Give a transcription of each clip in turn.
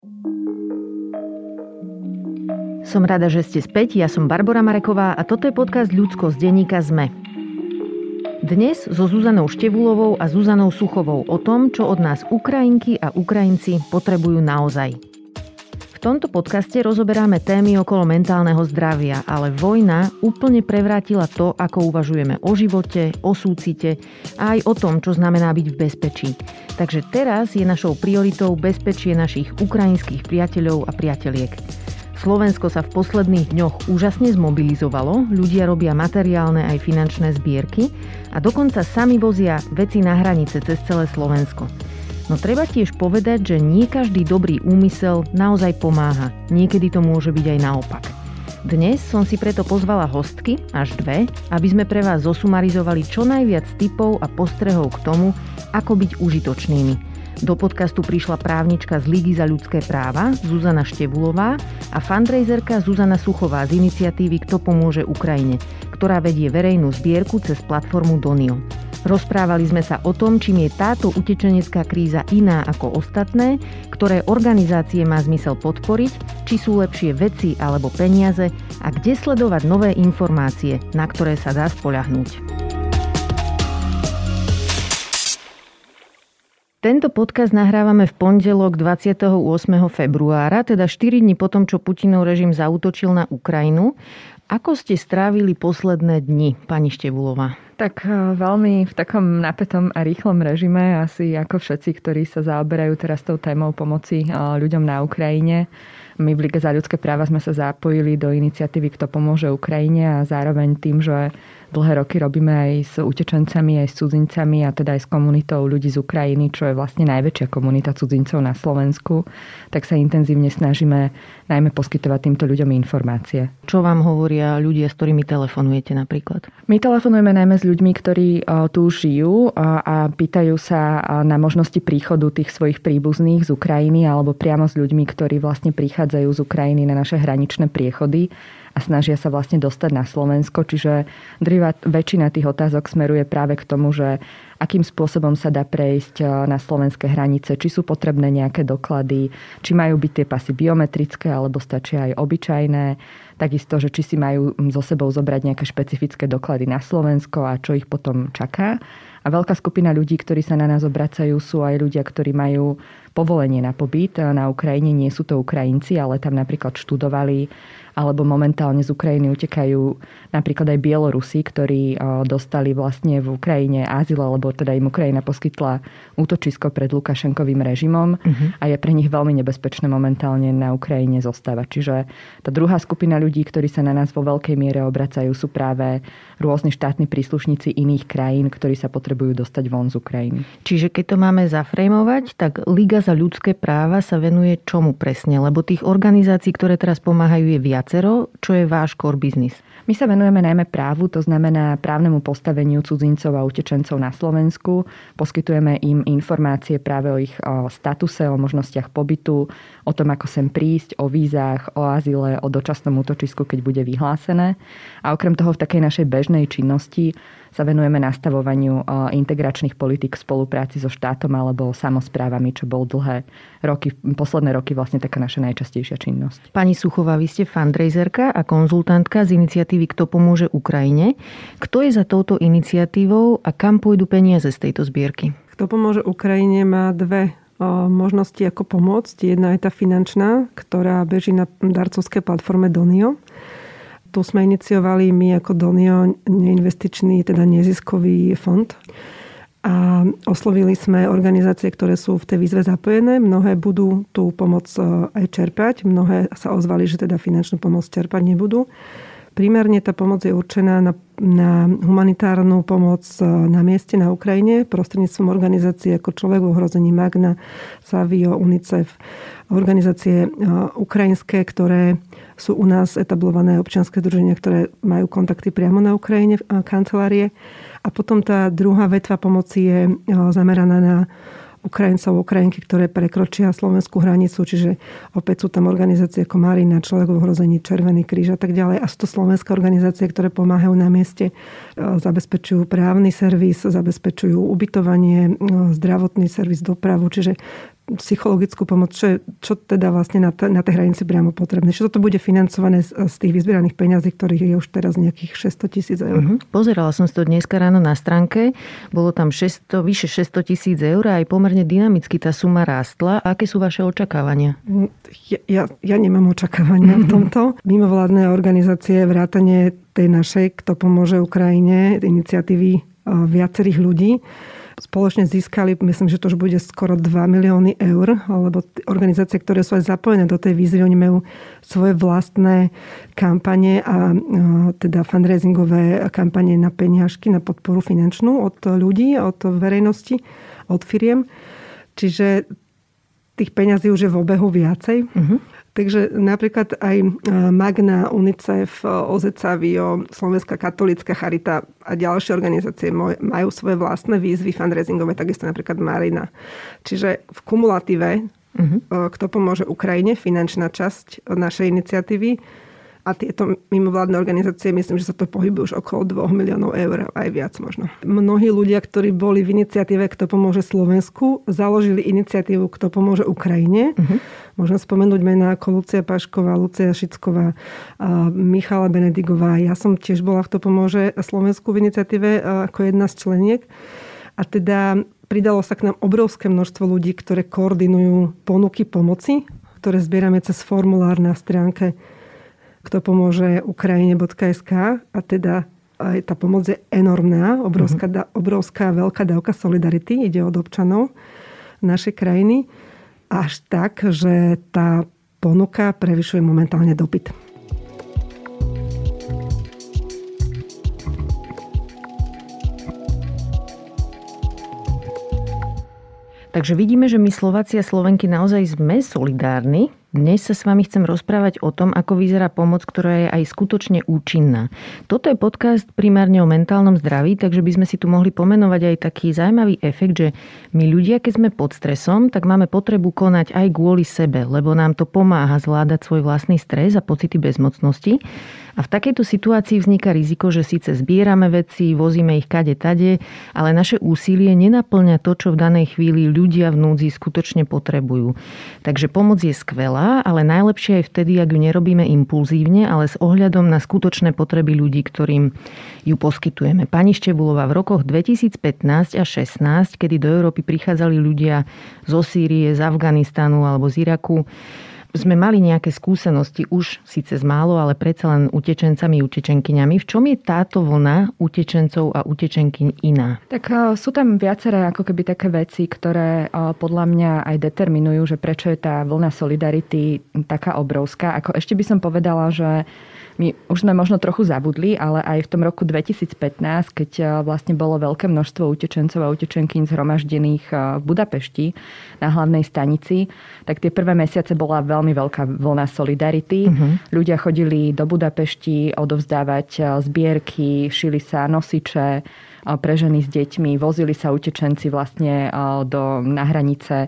Som rada, že ste späť. Ja som Barbora Mareková a toto je podcast Ľudsko z denníka SME. Dnes so Zuzanou Števulovou a Zuzanou Suchovou o tom, čo od nás Ukrajinky a Ukrajinci potrebujú naozaj. V tomto podcaste rozoberáme témy okolo mentálneho zdravia, ale vojna úplne prevrátila to, ako uvažujeme o živote, o súcite a aj o tom, čo znamená byť v bezpečí. Takže teraz je našou prioritou bezpečie našich ukrajinských priateľov a priateliek. Slovensko sa v posledných dňoch úžasne zmobilizovalo, ľudia robia materiálne aj finančné zbierky a dokonca sami vozia veci na hranice cez celé Slovensko. No treba tiež povedať, že nie každý dobrý úmysel naozaj pomáha. Niekedy to môže byť aj naopak. Dnes som si preto pozvala hostky, až dve, aby sme pre vás zosumarizovali čo najviac tipov a postrehov k tomu, ako byť užitočnými. Do podcastu prišla právnička z Ligy za ľudské práva Zuzana Števulová a fundraiserka Zuzana Suchová z iniciatívy Kto pomôže Ukrajine, ktorá vedie verejnú zbierku cez platformu Donio. Rozprávali sme sa o tom, čím je táto utečenecká kríza iná ako ostatné, ktoré organizácie má zmysel podporiť, či sú lepšie veci alebo peniaze a kde sledovať nové informácie, na ktoré sa dá spoľahnúť. Tento podcast nahrávame v pondelok 28. februára, teda 4 dni potom, čo Putinov režim zaútočil na Ukrajinu. Ako ste strávili posledné dni, pani Števulová? Tak veľmi v takom napätom a rýchlom režime, asi ako všetci, ktorí sa zaoberajú teraz tou témou pomoci ľuďom na Ukrajine. My v Lige za ľudské práva sme sa zapojili do iniciatívy Kto pomôže Ukrajine a zároveň tým, že dlhé roky robíme aj s utečencami, aj s cudzincami a teda aj s komunitou ľudí z Ukrajiny, čo je vlastne najväčšia komunita cudzincov na Slovensku, tak sa intenzívne snažíme najmä poskytovať týmto ľuďom informácie. Čo vám hovoria ľudia, s ktorými telefonujete napríklad? My telefonujeme najmä s ľuďmi, ktorí tu žijú a pýtajú sa na možnosti príchodu tých svojich príbuzných z Ukrajiny alebo priamo s ľuďmi, ktorí vlastne prichádzajú z Ukrajiny na naše hraničné priechody a snažia sa vlastne dostať na Slovensko. Čiže drvivá väčšina tých otázok smeruje práve k tomu, že akým spôsobom sa dá prejsť na slovenské hranice, či sú potrebné nejaké doklady, či majú byť tie pasy biometrické alebo stačia aj obyčajné. Takisto, že či si majú so sebou zobrať nejaké špecifické doklady na Slovensko a čo ich potom čaká. A veľká skupina ľudí, ktorí sa na nás obracajú, sú aj ľudia, ktorí majú povolenie na pobyt na Ukrajine. Nie sú to Ukrajinci, ale tam napríklad študovali alebo momentálne z Ukrajiny utekajú napríklad aj Bielorusi, ktorí dostali vlastne v Ukrajine azyl, alebo teda im Ukrajina poskytla útočisko pred Lukašenkovým režimom a je pre nich veľmi nebezpečné momentálne na Ukrajine zostávať. Čiže tá druhá skupina ľudí, ktorí sa na nás vo veľkej miere obracajú, sú práve rôzni štátni príslušníci iných krajín, ktorí sa potrebujú dostať von z Ukrajiny. Čiže keď to máme zafrejmovať, tak Liga za ľudské práva sa venuje čomu presne? Lebo tých organizácií, ktoré teraz pomáhajú, je viacero. Čo je váš core business? My sa venujeme najmä právu, to znamená právnemu postaveniu cudzincov a utečencov na Slovensku. Poskytujeme im informácie práve o ich statuse, o možnostiach pobytu, o tom, ako sem prísť, o vízach, o azyle, o dočasnom útočisku, keď bude vyhlásené. A okrem toho v takej našej bežnej činnosti sa venujeme nastavovaniu integračných politík v spolupráci so štátom alebo samosprávami, čo bol posledné roky vlastne taká naša najčastejšia činnosť. Pani Suchová, vy ste fundraiserka a konzultantka z iniciatívy Kto pomôže Ukrajine. Kto je za touto iniciatívou a kam pôjdu peniaze z tejto zbierky? Kto pomôže Ukrajine má dve možnosti, ako pomôcť. Jedna je tá finančná, ktorá beží na darcovskej platforme Donio. Tu sme iniciovali my ako Donio neinvestičný, teda neziskový fond. A oslovili sme organizácie, ktoré sú v tej výzve zapojené. Mnohé budú tú pomoc aj čerpať. Mnohé sa ozvali, že teda finančnú pomoc čerpať nebudú. Primárne tá pomoc je určená na humanitárnu pomoc na mieste na Ukrajine prostredníctvom organizácií ako Človek v ohrození, Magna, Savio, UNICEF, organizácie ukrajinské, ktoré sú u nás etablované občianske združenia, ktoré majú kontakty priamo na Ukrajine, kancelárie. A potom tá druhá vetva pomoci je zameraná na Ukrajincov, Ukrajinky, ktoré prekročia slovenskú hranicu, čiže opäť sú tam organizácie ako Marina, Človek v ohrození, Červený kríž a tak ďalej. A sú to slovenské organizácie, ktoré pomáhajú na mieste, zabezpečujú právny servis, zabezpečujú ubytovanie, zdravotný servis, dopravu. Čiže psychologickú pomoc, čo teda vlastne na tej hranici priamo potrebné. Čo toto bude financované z tých vyzbieraných peňazí, ktorých je už teraz nejakých 600 000 eur. Pozerala som si to dneska ráno na stránke. Bolo tam vyše 600 000 eur a aj pomerne dynamicky tá suma rástla. Aké sú vaše očakávania? Ja nemám očakávania v tomto. Mimovládne organizácie, vrátane tej našej, Kto pomôže Ukrajine, iniciatívy viacerých ľudí, spoločne získali, myslím, že to už bude skoro 2 milióny eur, lebo organizácie, ktoré sú aj zapojené do tej výzvy, oni majú svoje vlastné kampane a teda fundraisingové kampane na peniažky, na podporu finančnú od ľudí, od verejnosti, od firiem. Čiže tých peňazí už je v obehu viacej. Takže napríklad aj Magna, UNICEF, OZ Savio, Slovenská katolícka charita a ďalšie organizácie majú svoje vlastné výzvy fundraisingové, takisto napríklad Marina. Čiže v kumulatíve, Kto pomôže Ukrajine, finančná časť našej iniciatívy, a tieto mimovládne organizácie, myslím, že sa to pohybuje už okolo 2 miliónov eur, aj viac možno. Mnohí ľudia, ktorí boli v iniciatíve Kto pomôže Slovensku, založili iniciatívu Kto pomôže Ukrajine. Môžem spomenúť mená ako Lucia Pašková, Lucia Šicková, Michala Benedigová. Ja som tiež bola v Kto pomôže Slovensku v iniciatíve ako jedna z členiek. A teda pridalo sa k nám obrovské množstvo ľudí, ktoré koordinujú ponuky pomoci, ktoré zbierame cez formulár na stránke Kto pomôže Ukrajine.sk, a teda aj tá pomoc je enormná, obrovská veľká dávka solidarity ide od občanov našej krajiny, až tak, že tá ponuka prevyšuje momentálne dopyt. Takže vidíme, že my Slováci a Slovenky naozaj sme solidárni. Dnes sa s vami chcem rozprávať o tom, ako vyzerá pomoc, ktorá je aj skutočne účinná. Toto je podcast primárne o mentálnom zdraví, takže by sme si tu mohli pomenovať aj taký zaujímavý efekt, že my ľudia, keď sme pod stresom, tak máme potrebu konať aj kvôli sebe, lebo nám to pomáha zvládať svoj vlastný stres a pocity bezmocnosti. A v takejto situácii vzniká riziko, že síce zbierame veci, vozíme ich kade tade, ale naše úsilie nenaplňa to, čo v danej chvíli ľudia v núdzi skutočne potrebujú. Takže pomoc je skvelá, ale najlepšie je vtedy, ak ju nerobíme impulzívne, ale s ohľadom na skutočné potreby ľudí, ktorým ju poskytujeme. Pani Števulová, v rokoch 2015 a 2016, kedy do Európy prichádzali ľudia zo Sýrie, z Afganistanu alebo z Iraku, sme mali nejaké skúsenosti už síce z málo, ale predsa len utečencami, utečenkyňami. V čom je táto vlna utečencov a utečenkyň iná? Tak sú tam viaceré ako keby také veci, ktoré podľa mňa aj determinujú, že prečo je tá vlna solidarity taká obrovská. Ako ešte by som povedala, že my už sme možno trochu zabudli, ale aj v tom roku 2015, keď vlastne bolo veľké množstvo utečencov a utečenkyň zhromaždených v Budapešti na hlavnej stanici, tak tie prvé mesiace bola veľmi veľká vlna solidarity. Ľudia chodili do Budapešti odovzdávať zbierky, šili sa nosiče pre ženy s deťmi, vozili sa utečenci vlastne na hranice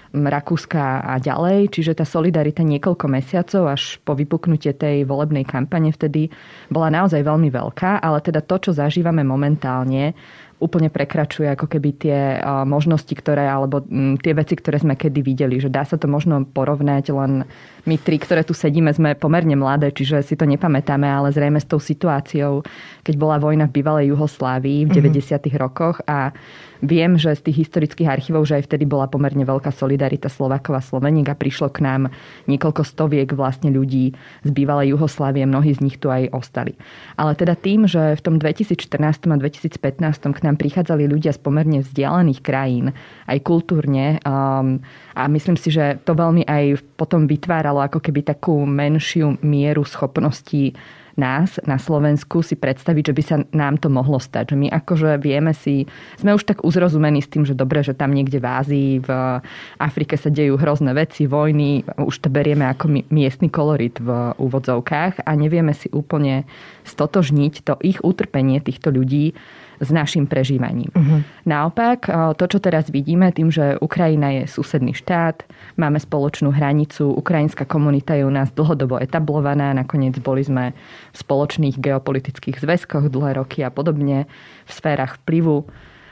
Rakúska a ďalej. Čiže tá solidarita niekoľko mesiacov až po vypuknutie tej volebnej kampane vtedy bola naozaj veľmi veľká, ale teda to, čo zažívame momentálne, úplne prekračuje ako keby tie možnosti, alebo tie veci, ktoré sme kedy videli. Že dá sa to možno porovnať, len my tri, ktoré tu sedíme, sme pomerne mladé, čiže si to nepamätáme, ale zrejme s tou situáciou, keď bola vojna v bývalej Juhoslávii v 90. rokoch, a viem, že z tých historických archívov, že aj vtedy bola pomerne veľká solidarita Slovákov a Sloveniek a prišlo k nám niekoľko stoviek vlastne ľudí z bývalej Juhoslávie, mnohí z nich tu aj ostali. Ale teda tým, že v tom 2014 a 2015 k nám prichádzali ľudia z pomerne vzdialených krajín, aj kultúrne, a myslím si, že to veľmi aj potom vytváralo ako keby takú menšiu mieru schopností nás na Slovensku si predstaviť, že by sa nám to mohlo stať. Že my akože sme už tak uzrozumení s tým, že dobre, že tam niekde v Ázii, v Afrike sa dejú hrozné veci, vojny, už to berieme ako miestny kolorit v úvodzovkách a nevieme si úplne stotožniť to ich utrpenie týchto ľudí s našim prežívaním. Naopak, to, čo teraz vidíme, tým, že Ukrajina je susedný štát, máme spoločnú hranicu, ukrajinská komunita je u nás dlhodobo etablovaná, nakoniec boli sme v spoločných geopolitických zväzkoch dlhé roky a podobne, v sférach vplyvu.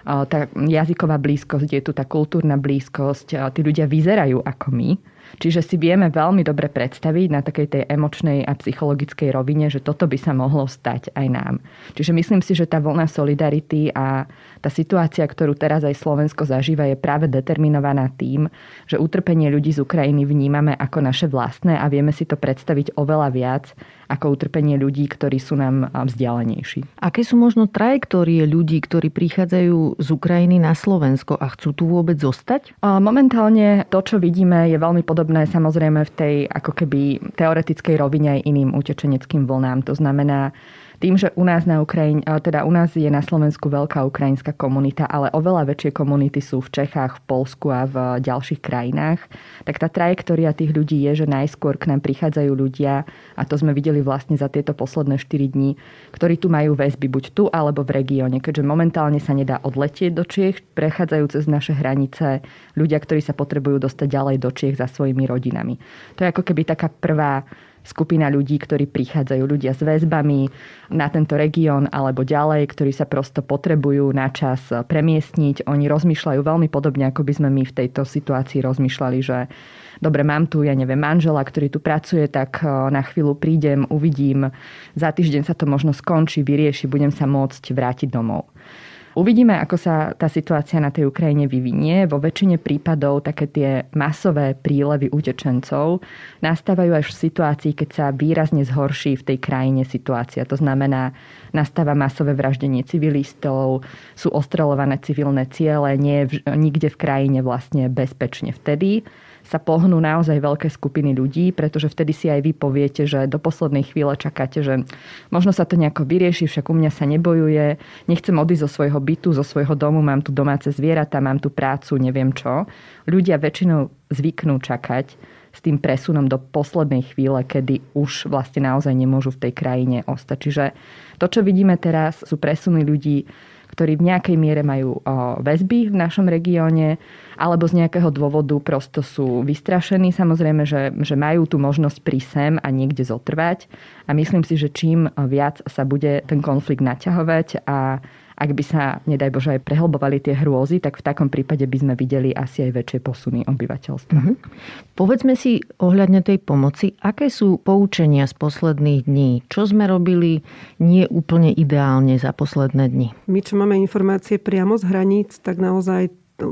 tá jazyková blízkosť, je tu tá kultúrna blízkosť, tí ľudia vyzerajú ako my. Čiže si vieme veľmi dobre predstaviť na takej tej emočnej a psychologickej rovine, že toto by sa mohlo stať aj nám. Čiže myslím si, že tá vlna solidarity a tá situácia, ktorú teraz aj Slovensko zažíva, je práve determinovaná tým, že utrpenie ľudí z Ukrajiny vnímame ako naše vlastné a vieme si to predstaviť oveľa viac ako utrpenie ľudí, ktorí sú nám vzdialenejší. Aké sú možno trajektórie ľudí, ktorí prichádzajú z Ukrajiny na Slovensko a chcú tu vôbec zostať? Momentálne to, čo vidíme, je veľmi podobné samozrejme v tej ako keby teoretickej rovine aj iným utečeneckým vlnám. To znamená, tým, že u nás na Ukrajine, teda u nás je na Slovensku veľká ukrajinská komunita, ale oveľa väčšie komunity sú v Čechách, v Poľsku a v ďalších krajinách, tak tá trajektória tých ľudí je, že najskôr k nám prichádzajú ľudia, a to sme videli vlastne za tieto posledné 4 dní, ktorí tu majú väzby buď tu alebo v regióne, keďže momentálne sa nedá odletieť do Čiech, prechádzajú cez naše hranice ľudia, ktorí sa potrebujú dostať ďalej do Čiech za svojimi rodinami. To je ako keby taká prvá skupina ľudí, ktorí prichádzajú, ľudia s väzbami na tento región alebo ďalej, ktorí sa prosto potrebujú na čas premiestniť. Oni rozmýšľajú veľmi podobne, ako by sme my v tejto situácii rozmýšľali, že dobre, mám tu, manžela, ktorý tu pracuje, tak na chvíľu prídem, uvidím, za týždeň sa to možno skončí, vyrieši, budem sa môcť vrátiť domov. Uvidíme, ako sa tá situácia na tej Ukrajine vyvinie. Vo väčšine prípadov také tie masové prílevy utečencov nastávajú až v situácii, keď sa výrazne zhorší v tej krajine situácia. To znamená, nastáva masové vraždenie civilistov, sú ostreľované civilné ciele, nie je nikde v krajine vlastne bezpečne. Vtedy sa pohnú naozaj veľké skupiny ľudí, pretože vtedy si aj vy poviete, že do poslednej chvíle čakáte, že možno sa to nejako vyrieši, však u mňa sa nebojuje, nechcem odísť zo svojho bytu, zo svojho domu, mám tu domáce zvieratá, mám tu prácu, neviem čo. Ľudia väčšinou zvyknú čakať s tým presunom do poslednej chvíle, kedy už vlastne naozaj nemôžu v tej krajine ostať. Čiže to, čo vidíme teraz, sú presuny ľudí, ktorí v nejakej miere majú väzby v našom regióne, alebo z nejakého dôvodu prosto sú vystrašení. Samozrejme, že majú tú možnosť prísť sem a niekde zotrvať. A myslím si, že čím viac sa bude ten konflikt naťahovať a ak by sa, nedaj Bože, aj prehlbovali tie hrôzy, tak v takom prípade by sme videli asi aj väčšie posuny obyvateľstva. Povedzme si ohľadne tej pomoci, aké sú poučenia z posledných dní? Čo sme robili nie úplne ideálne za posledné dni? My, čo máme informácie priamo z hraníc, tak naozaj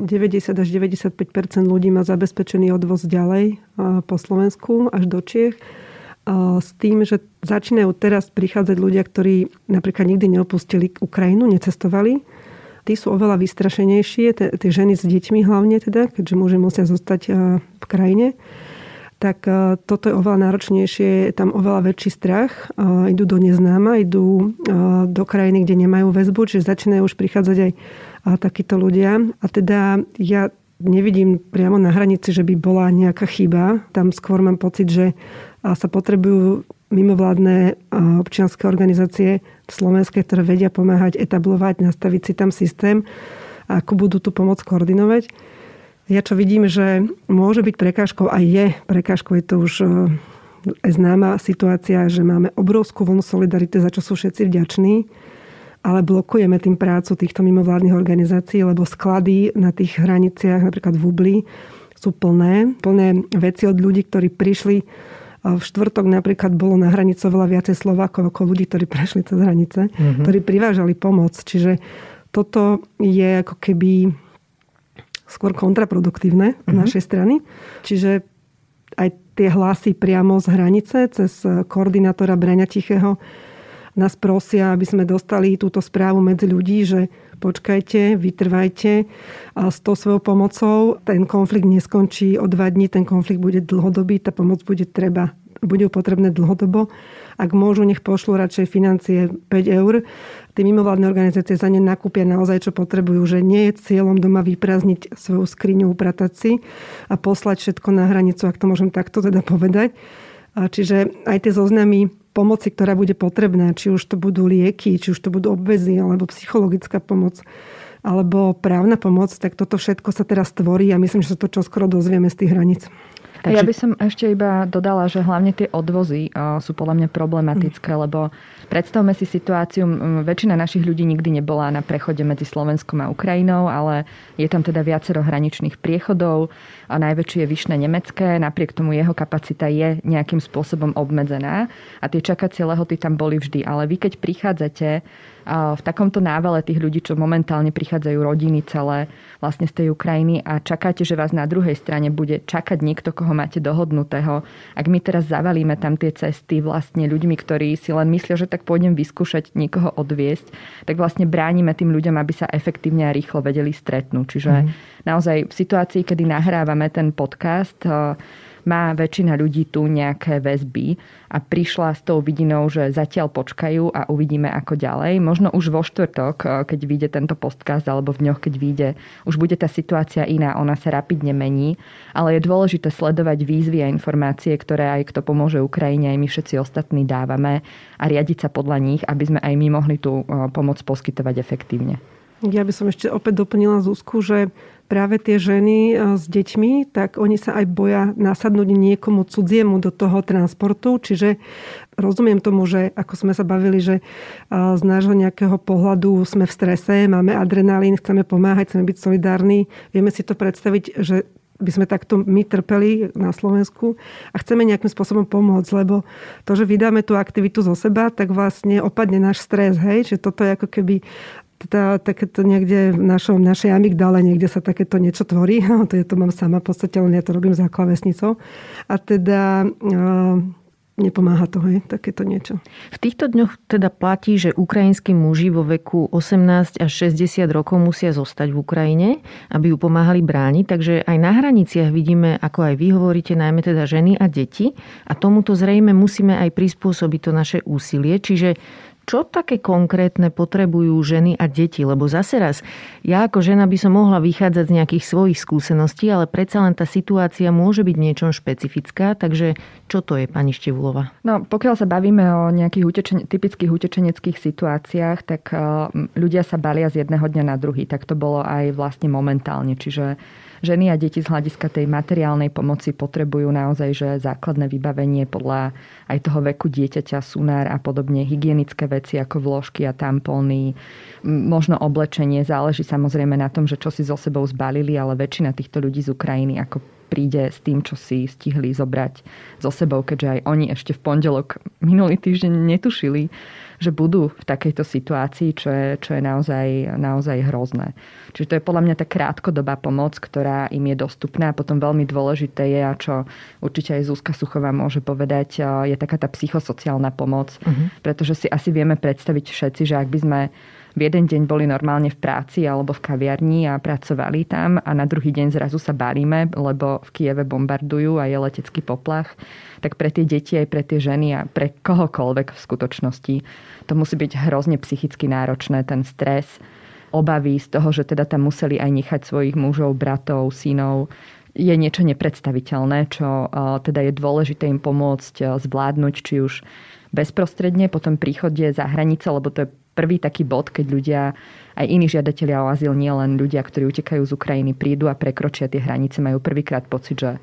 90 až 95% ľudí má zabezpečený odvoz ďalej po Slovensku až do Čiech. S tým, že začínajú teraz prichádzať ľudia, ktorí napríklad nikdy neopustili Ukrajinu, necestovali. Tí sú oveľa vystrašenejšie, tie ženy s deťmi hlavne teda, keďže muži musia zostať v krajine. Tak toto je oveľa náročnejšie, je tam oveľa väčší strach. Idú do neznáma, idú do krajiny, kde nemajú väzbu, čiže začínajú už prichádzať aj takíto ľudia. A teda ja nevidím priamo na hranici, že by bola nejaká chyba. Tam skôr mám pocit, že sa potrebujú mimovládne občianske organizácie slovenské, ktoré vedia pomáhať, etablovať, nastaviť si tam systém a ako budú tú pomoc koordinovať. Ja čo vidím, že môže byť prekážkou, a je prekážkou, je to už známa situácia, že máme obrovskú vlnu solidarity, za čo sú všetci vďační, ale blokujeme tým prácu týchto mimovládnych organizácií, lebo sklady na tých hraniciach, napríklad v Hubli, sú plné veci od ľudí, ktorí prišli. V štvrtok napríklad bolo na hranici oveľa viacej Slovákov ako ľudí, ktorí prešli cez hranice, ktorí privážali pomoc. Čiže toto je ako keby skôr kontraproduktívne z našej strany. Čiže aj tie hlasy priamo z hranice cez koordinátora Braňa Tichého nás prosia, aby sme dostali túto správu medzi ľudí, že počkajte, vytrvajte a s tou svojou pomocou ten konflikt neskončí o 2 dní, ten konflikt bude dlhodobý, tá pomoc bude potrebné dlhodobo. Ak môžu, nech pošlú radšej financie 5 eur. Tí mimovládne organizácie za ne nakúpia naozaj, čo potrebujú, že nie je cieľom doma vyprázdniť svoju skriňu, upratať si a poslať všetko na hranicu, ak to môžem takto teda povedať. Čiže aj tie zoznamy pomoci, ktorá bude potrebná, či už to budú lieky, či už to budú obväzy, alebo psychologická pomoc, alebo právna pomoc, tak toto všetko sa teraz tvorí a myslím, že sa to čoskoro dozvieme z tých hraníc. Takže... Ja by som ešte iba dodala, že hlavne tie odvozy sú podľa mňa problematické, lebo predstavme si situáciu, väčšina našich ľudí nikdy nebola na prechode medzi Slovenskom a Ukrajinou, ale je tam teda viacero hraničných priechodov a najväčšie je Vyšné Nemecké, napriek tomu jeho kapacita je nejakým spôsobom obmedzená a tie čakacie lehoty tam boli vždy. Ale vy keď prichádzate v takomto návale tých ľudí, čo momentálne prichádzajú rodiny celé vlastne z tej Ukrajiny a čakáte, že vás na druhej strane bude čakať niekto, koho máte dohodnutého. Ak my teraz zavalíme tam tie cesty vlastne ľuďmi, ktorí si len myslia, že tak pôjdem vyskúšať niekoho odviesť, tak vlastne bránime tým ľuďom, aby sa efektívne a rýchlo vedeli stretnúť. Čiže naozaj v situácii, kedy nahrávame ten podcast, má väčšina ľudí tu nejaké väzby a prišla s tou vidinou, že zatiaľ počkajú a uvidíme ako ďalej. Možno už vo štvrtok, keď vyjde tento podcast, alebo v dňoch, keď vyjde, už bude tá situácia iná, ona sa rapidne mení, ale je dôležité sledovať výzvy a informácie, ktoré aj Kto pomôže Ukrajine, aj my všetci ostatní dávame a riadiť sa podľa nich, aby sme aj my mohli tú pomoc poskytovať efektívne. Ja by som ešte opäť doplnila Zuzku, že práve tie ženy s deťmi, tak oni sa aj boja nasadnúť niekomu cudziemu do toho transportu. Čiže rozumiem tomu, že ako sme sa bavili, že z nášho nejakého pohľadu sme v strese, máme adrenalín, chceme pomáhať, chceme byť solidárni. Vieme si to predstaviť, že by sme takto my trpeli na Slovensku a chceme nejakým spôsobom pomôcť, lebo to, že vydáme tú aktivitu zo seba, tak vlastne opadne náš stres, hej? Že toto je ako keby takéto niekde v našej amygdale, niekde sa takéto niečo tvorí. To mám sama v podstate, len ja to robím za klávesnicou. A teda nepomáha to, hej, takéto niečo. V týchto dňoch teda platí, že ukrajinskí muži vo veku 18 až 60 rokov musia zostať v Ukrajine, aby ju pomáhali brániť. Takže aj na hraniciach vidíme, ako aj vy hovoríte, najmä teda ženy a deti. A tomuto zrejme musíme aj prispôsobiť to naše úsilie. Čiže čo také konkrétne potrebujú ženy a deti? Lebo zase raz, ja ako žena by som mohla vychádzať z nejakých svojich skúseností, ale predsa len tá situácia môže byť niečom špecifická, takže čo to je, pani Števúlová? No, pokiaľ sa bavíme o nejakých typických utečeneckých situáciách, tak ľudia sa balia z jedného dňa na druhý. Tak to bolo aj vlastne momentálne. Čiže ženy a deti z hľadiska tej materiálnej pomoci potrebujú naozaj že základné vybavenie podľa aj toho veku dieťaťa, sunár a podobne, hygienické veci ako vložky a tampóny, možno oblečenie. Záleží samozrejme na tom, že čo si so sebou zbalili, ale väčšina týchto ľudí z Ukrajiny ako príde s tým, čo si stihli zobrať so sebou, keďže aj oni ešte v pondelok minulý týždeň netušili, že budú v takejto situácii, čo je naozaj hrozné. Čiže to je podľa mňa tá krátkodobá pomoc, ktorá im je dostupná. A potom veľmi dôležité je, a čo určite aj Zuzka Suchová môže povedať, je taká tá psychosociálna pomoc. Pretože si asi vieme predstaviť všetci, že ak by sme v jeden deň boli normálne v práci alebo v kaviarni a pracovali tam a na druhý deň zrazu sa balíme, lebo v Kieve bombardujú a je letecký poplach, tak pre tie deti aj pre tie ženy a pre kohokoľvek v skutočnosti to musí byť hrozne psychicky náročné, ten stres, obavy z toho, že teda tam museli aj nechať svojich mužov, bratov, synov, je niečo nepredstaviteľné, čo teda je dôležité im pomôcť zvládnuť, či už bezprostredne po tom príchode za hranice, lebo to je prvý taký bod, keď ľudia, aj iní žiadatelia o azyl, nie len ľudia, ktorí utekajú z Ukrajiny, prídu a prekročia tie hranice, majú prvýkrát pocit, že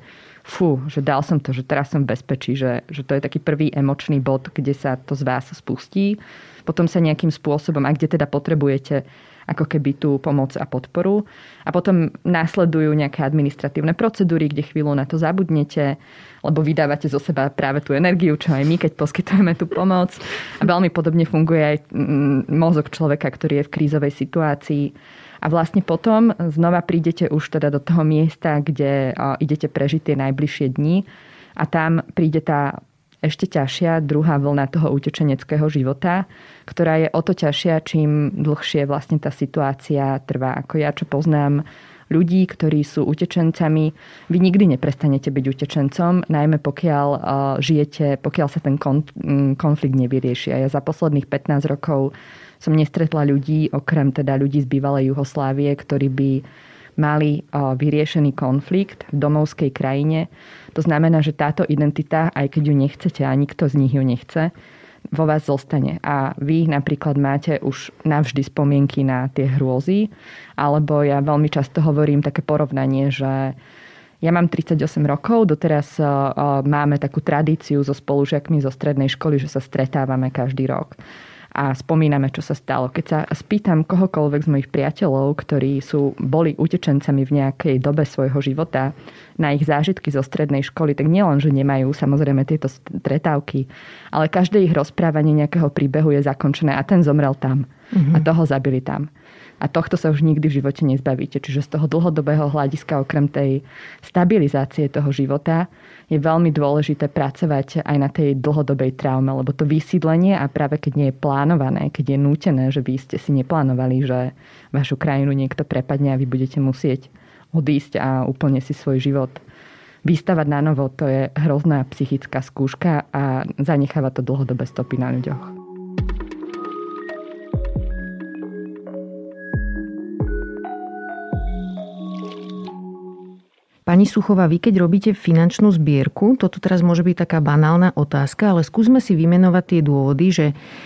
že dal som to, že teraz som v bezpečí, že to je taký prvý emočný bod, kde sa to z vás spustí. Potom sa nejakým spôsobom, a kde teda potrebujete ako keby tú pomoc a podporu. A potom následujú nejaké administratívne procedúry, kde chvíľu na to zabudnete, lebo vydávate zo seba práve tú energiu, čo aj my, keď poskytujeme tú pomoc. A veľmi podobne funguje aj mozog človeka, ktorý je v krízovej situácii. A vlastne potom znova prídete už teda do toho miesta, kde idete prežiť tie najbližšie dni a tam príde tá ešte ťažšia druhá vlna toho utečeneckého života, ktorá je o to ťažšia, čím dlhšie vlastne tá situácia trvá. Ako ja, čo poznám ľudí, ktorí sú utečencami, vy nikdy neprestanete byť utečencom, najmä pokiaľ žijete, pokiaľ sa ten konflikt nevyrieši. A ja za posledných 15 rokov som nestretla ľudí, okrem teda ľudí z bývalej Juhoslávie, ktorí by mali vyriešený konflikt v domovskej krajine. To znamená, že táto identita, aj keď ju nechcete a nikto z nich ju nechce, vo vás zostane. A vy napríklad máte už navždy spomienky na tie hrôzy, alebo ja veľmi často hovorím také porovnanie, že Ja mám 38 rokov, doteraz máme takú tradíciu so spolužiakmi zo strednej školy, že sa stretávame každý rok a spomíname, čo sa stalo. Keď sa spýtam kohokoľvek z mojich priateľov, ktorí boli utečencami v nejakej dobe svojho života, na ich zážitky zo strednej školy, tak nielen, že nemajú samozrejme tieto stretávky, ale každé ich rozprávanie nejakého príbehu je zakončené a ten zomrel tam a toho zabili tam. A tohto sa už nikdy v živote nezbavíte. Čiže z toho dlhodobého hľadiska, okrem tej stabilizácie toho života, je veľmi dôležité pracovať aj na tej dlhodobej traume, lebo to vysídlenie, a práve keď nie je plánované, keď je nútené, že vy ste si neplánovali, že vašu krajinu niekto prepadne a vy budete musieť odísť a úplne si svoj život vystavať na novo, to je hrozná psychická skúška a zanecháva to dlhodobé stopy na ľuďoch. Pani Suchová, vy keď robíte finančnú zbierku, toto teraz môže byť taká banálna otázka, ale skúsme si vymenovať tie dôvody, že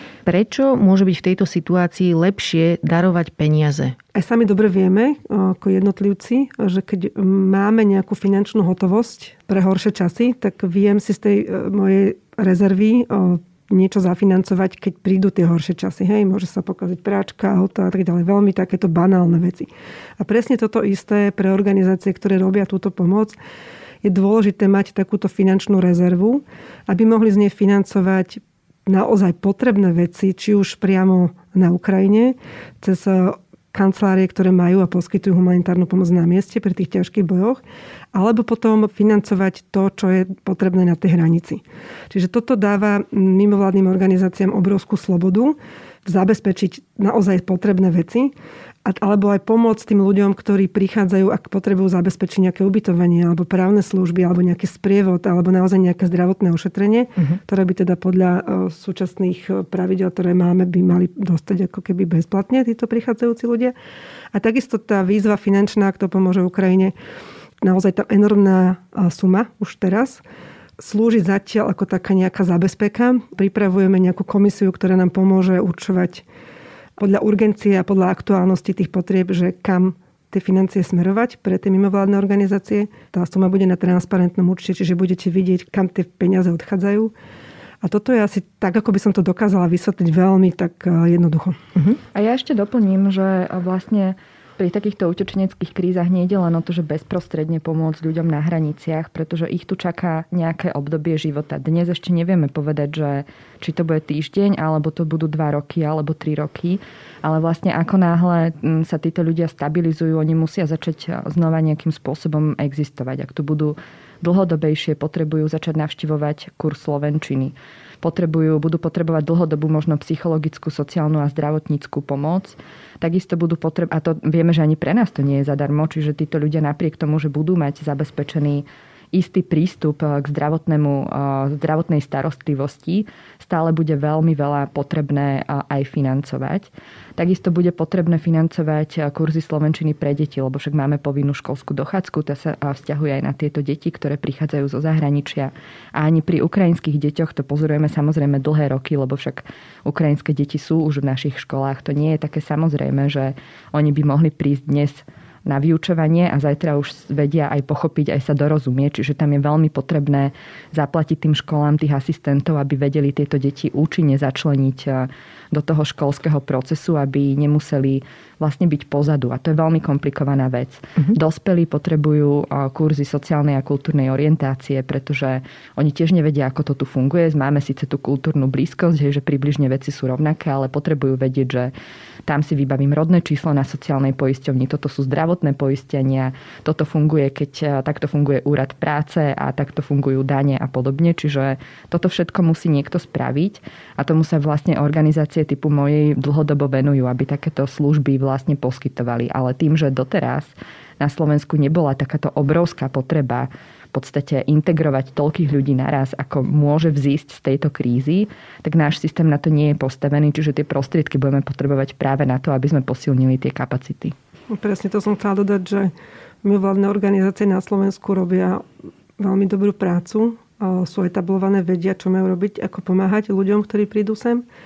prečo môže byť v tejto situácii lepšie darovať peniaze? Aj sami dobre vieme, ako jednotlivci, že keď máme nejakú finančnú hotovosť pre horšie časy, tak viem si z tej mojej rezervy niečo zafinancovať, keď prídu tie horšie časy. Hej, môže sa pokaziť práčka, auto a tak ďalej. Veľmi takéto banálne veci. A presne toto isté pre organizácie, ktoré robia túto pomoc, je dôležité mať takúto finančnú rezervu, aby mohli z nej financovať naozaj potrebné veci, či už priamo na Ukrajine, cez kancelárie, ktoré majú a poskytujú humanitárnu pomoc na mieste pri tých ťažkých bojoch, alebo potom financovať to, čo je potrebné na tej hranici. Čiže toto dáva mimovládnym organizáciám obrovskú slobodu zabezpečiť naozaj potrebné veci, alebo aj pomôcť tým ľuďom, ktorí prichádzajú, ak potrebujú zabezpečiť nejaké ubytovanie, alebo právne služby, alebo nejaký sprievod, alebo naozaj nejaké zdravotné ošetrenie, ktoré by teda podľa súčasných pravidel, ktoré máme, by mali dostať ako keby bezplatne títo prichádzajúci ľudia. A takisto tá výzva finančná, kto pomôže Ukrajine, naozaj tá enormná suma už teraz, slúži zatiaľ ako taká nejaká zabezpeka. Pripravujeme nejakú komisiu, ktorá nám pomôže určovať podľa urgencie a podľa aktuálnosti tých potrieb, že kam tie financie smerovať pre tie mimovládne organizácie. Tá suma bude na transparentnom účte, čiže budete vidieť, kam tie peniaze odchádzajú. A toto je asi tak, ako by som to dokázala vysvetliť veľmi tak jednoducho. A ja ešte doplním, že vlastne pri takýchto utečeneckých krízach nejde len o to, že bezprostredne pomôcť ľuďom na hraniciach, pretože ich tu čaká nejaké obdobie života. Dnes ešte nevieme povedať, že či to bude týždeň, alebo to budú 2 roky, alebo 3 roky. Ale vlastne ako náhle sa títo ľudia stabilizujú, oni musia začať znova nejakým spôsobom existovať. Ak tu budú dlhodobejšie, potrebujú začať navštevovať kurz slovenčiny. Budú potrebovať dlhodobú možno psychologickú, sociálnu a zdravotníckú pomoc. Takisto budú potrebovať, a to vieme, že ani pre nás to nie je zadarmo, čiže títo ľudia napriek tomu, že budú mať zabezpečený istý prístup k zdravotnej starostlivosti, stále bude veľmi veľa potrebné aj financovať. Takisto bude potrebné financovať kurzy slovenčiny pre deti, lebo však máme povinnú školskú dochádzku, tá sa vzťahuje aj na tieto deti, ktoré prichádzajú zo zahraničia. A ani pri ukrajinských deťoch to pozorujeme samozrejme dlhé roky, lebo však ukrajinské deti sú už v našich školách. To nie je také samozrejme, že oni by mohli prísť dnes na vyučovanie a zajtra už vedia aj pochopiť, aj sa dorozumieť. Čiže tam je veľmi potrebné zaplatiť tým školám tých asistentov, aby vedeli tieto deti účinne začleniť do toho školského procesu, aby nemuseli vlastne byť pozadu. A to je veľmi komplikovaná vec. Dospelí potrebujú kurzy sociálnej a kultúrnej orientácie, pretože oni tiež nevedia, ako to tu funguje. Máme síce tú kultúrnu blízkosť, že približne veci sú rovnaké, ale potrebujú vedieť, že tam si vybavím rodné číslo na sociálnej poisťovni, toto sú zdravotné poistenia, toto funguje, keď takto funguje úrad práce a takto fungujú dane a podobne. Čiže toto všetko musí niekto spraviť a tomu sa vlastne organizácie typu mojej dlhodobo venujú, aby takéto služby vlastne poskytovali. Ale tým, že doteraz na Slovensku nebola takáto obrovská potreba v podstate integrovať toľkých ľudí naraz, ako môže vzísť z tejto krízy, tak náš systém na to nie je postavený, čiže tie prostriedky budeme potrebovať práve na to, aby sme posilnili tie kapacity. Presne to som chcela dodať, že mimovládne organizácie na Slovensku robia veľmi dobrú prácu, sú etablované, vedia, čo majú robiť, ako pomáhať ľuďom, ktorí prídu sem.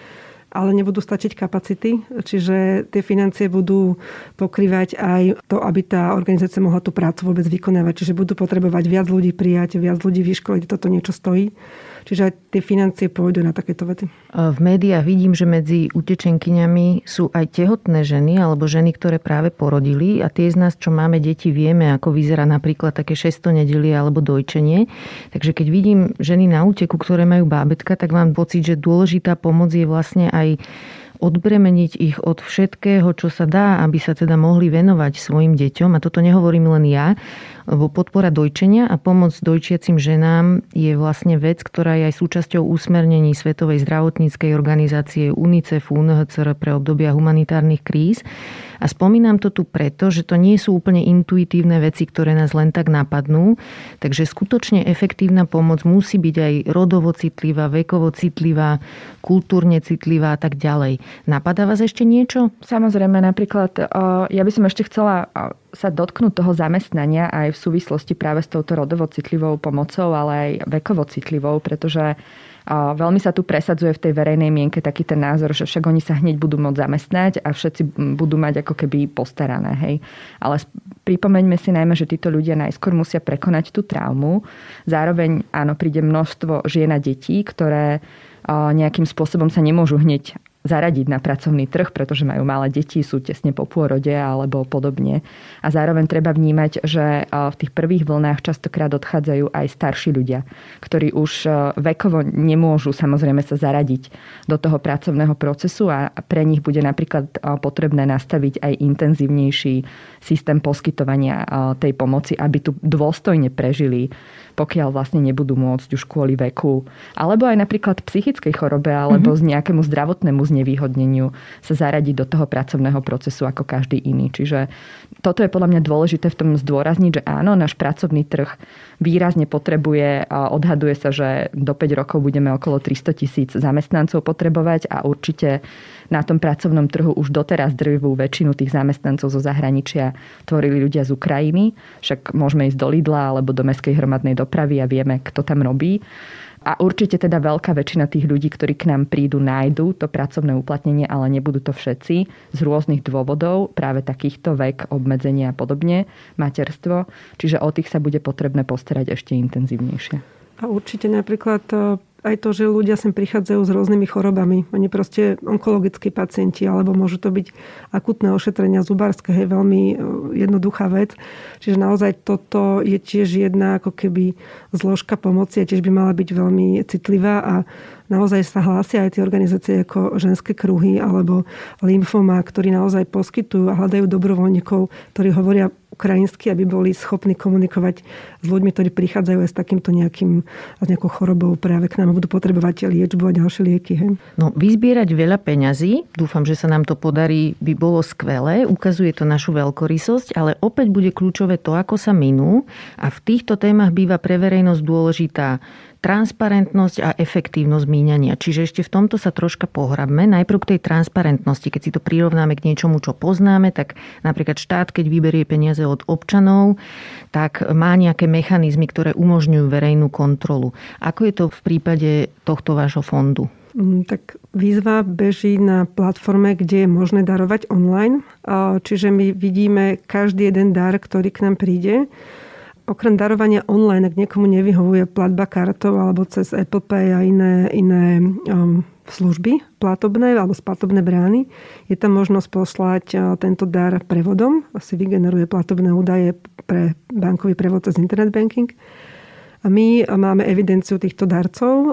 ale nebudú stačiť kapacity, čiže tie financie budú pokrývať aj to, aby tá organizácia mohla tú prácu vôbec vykonávať. Čiže budú potrebovať viac ľudí prijať, viac ľudí vyškoliť, toto niečo stojí. Čiže aj tie financie pôjdu na takéto veci. V médiách vidím, že medzi utečenkyňami sú aj tehotné ženy alebo ženy, ktoré práve porodili a tie z nás, čo máme deti, vieme, ako vyzerá napríklad také 600 nedelie alebo dojčenie. Takže keď vidím ženy na úteku, ktoré majú bábätka, tak mám pocit, že dôležitá pomoc je vlastne aj odbremeniť ich od všetkého, čo sa dá, aby sa teda mohli venovať svojim deťom. A toto nehovorím len ja, lebo podpora dojčenia a pomoc dojčiacim ženám je vlastne vec, ktorá je aj súčasťou usmernení Svetovej zdravotníckej organizácie UNICEF, UNHCR pre obdobia humanitárnych kríz. A spomínam to tu preto, že to nie sú úplne intuitívne veci, ktoré nás len tak napadnú. Takže skutočne efektívna pomoc musí byť aj rodovo citlivá, vekovo citlivá, kultúrne citlivá a tak ďalej. Napadá vás ešte niečo? Samozrejme, napríklad ja by som ešte chcela sa dotknúť toho zamestnania aj v súvislosti práve s touto rodovo citlivou pomocou, ale aj vekovo citlivou, pretože veľmi sa tu presadzuje v tej verejnej mienke taký ten názor, že však oni sa hneď budú môcť zamestnať a všetci budú mať ako keby postarané. Hej. Ale pripomeňme si najmä, že títo ľudia najskôr musia prekonať tú traumu. Zároveň áno, príde množstvo žien a detí, ktoré nejakým spôsobom sa nemôžu hneď zaradiť na pracovný trh, pretože majú malé deti, sú tesne po pôrode alebo podobne. A zároveň treba vnímať, že v tých prvých vlnách častokrát odchádzajú aj starší ľudia, ktorí už vekovo nemôžu samozrejme sa zaradiť do toho pracovného procesu a pre nich bude napríklad potrebné nastaviť aj intenzívnejší systém poskytovania tej pomoci, aby tu dôstojne prežili, pokiaľ vlastne nebudú môcť už kvôli veku. Alebo aj napríklad psychickej chorobe alebo z nejakému zdravotnému znevýhodneniu sa zaradiť do toho pracovného procesu ako každý iný. Čiže toto je podľa mňa dôležité v tom zdôrazniť, že áno, náš pracovný trh výrazne potrebuje, odhaduje sa, že do 5 rokov budeme okolo 300 000 zamestnancov potrebovať a určite na tom pracovnom trhu už doteraz drvivú väčšinu tých zamestnancov zo zahraničia tvorili ľudia z Ukrajiny. Však môžeme ísť do Lidla alebo do mestskej hromadnej dopravy a vieme, kto tam robí. A určite teda veľká väčšina tých ľudí, ktorí k nám prídu, nájdú to pracovné uplatnenie, ale nebudú to všetci z rôznych dôvodov, práve takýchto vek, obmedzenia a podobne, materstvo. Čiže o tých sa bude potrebné postarať ešte intenzívnejšie. A určite napríklad aj to, že ľudia sem prichádzajú s rôznymi chorobami. Oni proste onkologickí pacienti, alebo môžu to byť akutné ošetrenia zubárske, hej, veľmi jednoduchá vec. Čiže naozaj toto je tiež jedna ako keby zložka pomoci a tiež by mala byť veľmi citlivá a naozaj sa hlásia aj tie organizácie ako ženské kruhy alebo Lymfoma, ktorí naozaj poskytujú a hľadajú dobrovoľníkov, ktorí hovoria ukrajinsky, aby boli schopní komunikovať s ľuďmi, ktorí prichádzajú aj s takýmto s nejakou chorobou práve k nám a budú potrebovať liečbu a ďalšie lieky. Hej. No, vyzbierať veľa peňazí, dúfam, že sa nám to podarí, by bolo skvelé, ukazuje to našu veľkorysosť, ale opäť bude kľúčové to, ako sa minú a v týchto témach býva pre verejnosť dôležitá transparentnosť a efektívnosť míňania. Čiže ešte v tomto sa troška pohrabme. Najprv k tej transparentnosti. Keď si to prirovnáme k niečomu, čo poznáme, tak napríklad štát, keď vyberie peniaze od občanov, tak má nejaké mechanizmy, ktoré umožňujú verejnú kontrolu. Ako je to v prípade tohto vášho fondu? Tak výzva beží na platforme, kde je možné darovať online. Čiže my vidíme každý jeden dar, ktorý k nám príde. Okrem darovania online, ak niekomu nevyhovuje platba kartou alebo cez Apple Pay a iné služby platobné alebo splatobné brány, je tam možnosť poslať tento dar prevodom. Asi vygeneruje platobné údaje pre bankový prevod cez internet banking. A my máme evidenciu týchto darcov,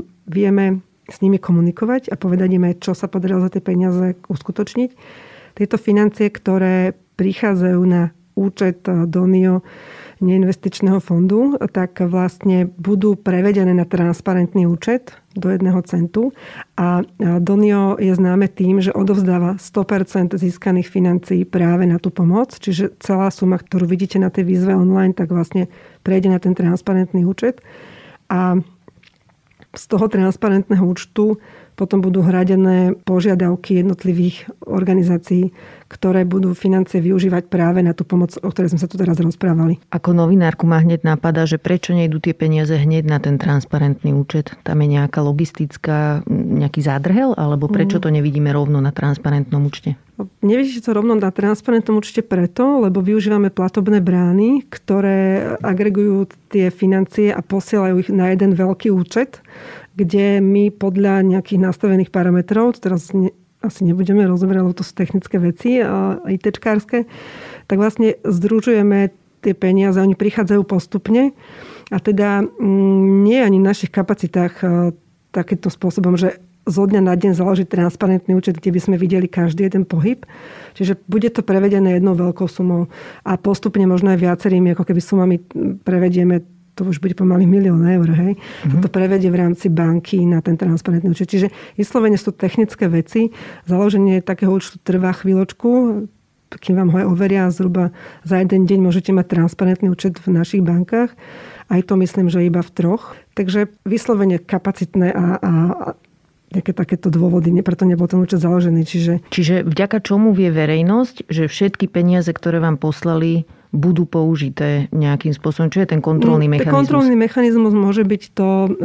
vieme s nimi komunikovať a povedať im aj, čo sa podarilo za tie peniaze uskutočniť. Tieto financie, ktoré prichádzajú na účet Donio neinvestičného fondu, tak vlastne budú prevedené na transparentný účet do 1 centu. A Donio je známe tým, že odovzdáva 100% získaných financií práve na tú pomoc. Čiže celá suma, ktorú vidíte na tej výzve online, tak vlastne prejde na ten transparentný účet. A z toho transparentného účtu potom budú hradené požiadavky jednotlivých organizácií, ktoré budú financie využívať práve na tú pomoc, o ktorej sme sa tu teraz rozprávali. Ako novinárku ma hneď napadá, že prečo nejdú tie peniaze hneď na ten transparentný účet? Tam je nejaká logistická, nejaký zádrhel? Alebo prečo to nevidíme rovno na transparentnom účte? Nevidíte to rovno na transparentnom účte preto, lebo využívame platobné brány, ktoré agregujú tie financie a posielajú ich na jeden veľký účet, kde my podľa nejakých nastavených parametrov, teraz asi nebudeme rozoberať, lebo to sú technické veci, ITčkárske, tak vlastne združujeme tie peniaze, oni prichádzajú postupne a teda nie je ani v našich kapacitách takýmto spôsobom, že zo dňa na deň založiť transparentný účet, kde by sme videli každý jeden pohyb. Čiže bude to prevedené jednou veľkou sumou a postupne možno aj viacerými, ako keby sumami prevedieme, to už bude pomaly 1 000 000 eur, hej. Toto prevedie v rámci banky na ten transparentný účet. Čiže vyslovene sú technické veci. Založenie takého účtu trvá chvíľočku, kým vám ho aj overia, zhruba za jeden deň môžete mať transparentný účet v našich bankách. Aj to myslím, že iba v 3. Takže vyslovene kapacitné a nejaké takéto dôvody, preto nebol ten účet založený. Čiže vďaka čomu vie verejnosť, že všetky peniaze, ktoré vám poslali, budú použité nejakým spôsobom? Čo je ten kontrolný mechanizmus? Ten kontrolný mechanizmus môže byť to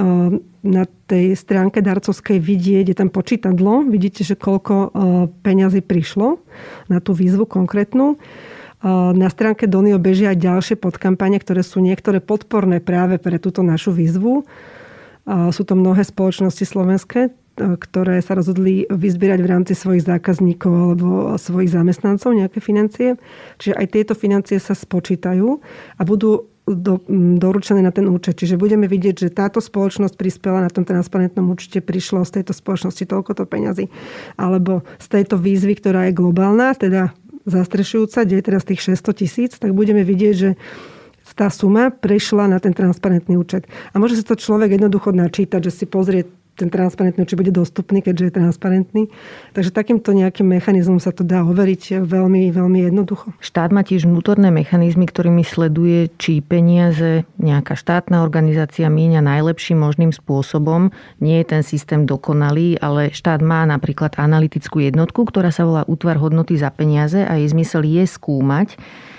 na tej stránke darcovskej vidieť, je tam počítadlo. Vidíte, že koľko peňazí prišlo na tú výzvu konkrétnu. Na stránke Donio bežia aj ďalšie podkampane, ktoré sú niektoré podporné práve pre túto našu výzvu. Sú to mnohé spoločnosti slovenské, ktoré sa rozhodli vyzbierať v rámci svojich zákazníkov alebo svojich zamestnancov nejaké financie. Čiže aj tieto financie sa spočítajú a budú doručené na ten účet. Čiže budeme vidieť, že táto spoločnosť prispela na tom transparentnom účte, prišlo z tejto spoločnosti toľkoto peňazí. Alebo z tejto výzvy, ktorá je globálna, teda zastrešujúca, kde je teraz tých 600 000, tak budeme vidieť, že tá suma prešla na ten transparentný účet. A môže sa to človek jednoducho načítať, že si pozrie ten transparentný účet bude dostupný, keďže je transparentný. Takže takýmto nejakým mechanizmom sa to dá overiť veľmi, veľmi jednoducho. Štát má tiež vnútorné mechanizmy, ktorými sleduje, či peniaze nejaká štátna organizácia míňa najlepším možným spôsobom. Nie je ten systém dokonalý, ale štát má napríklad analytickú jednotku, ktorá sa volá Útvar hodnoty za peniaze a jej zmysel je skúmať,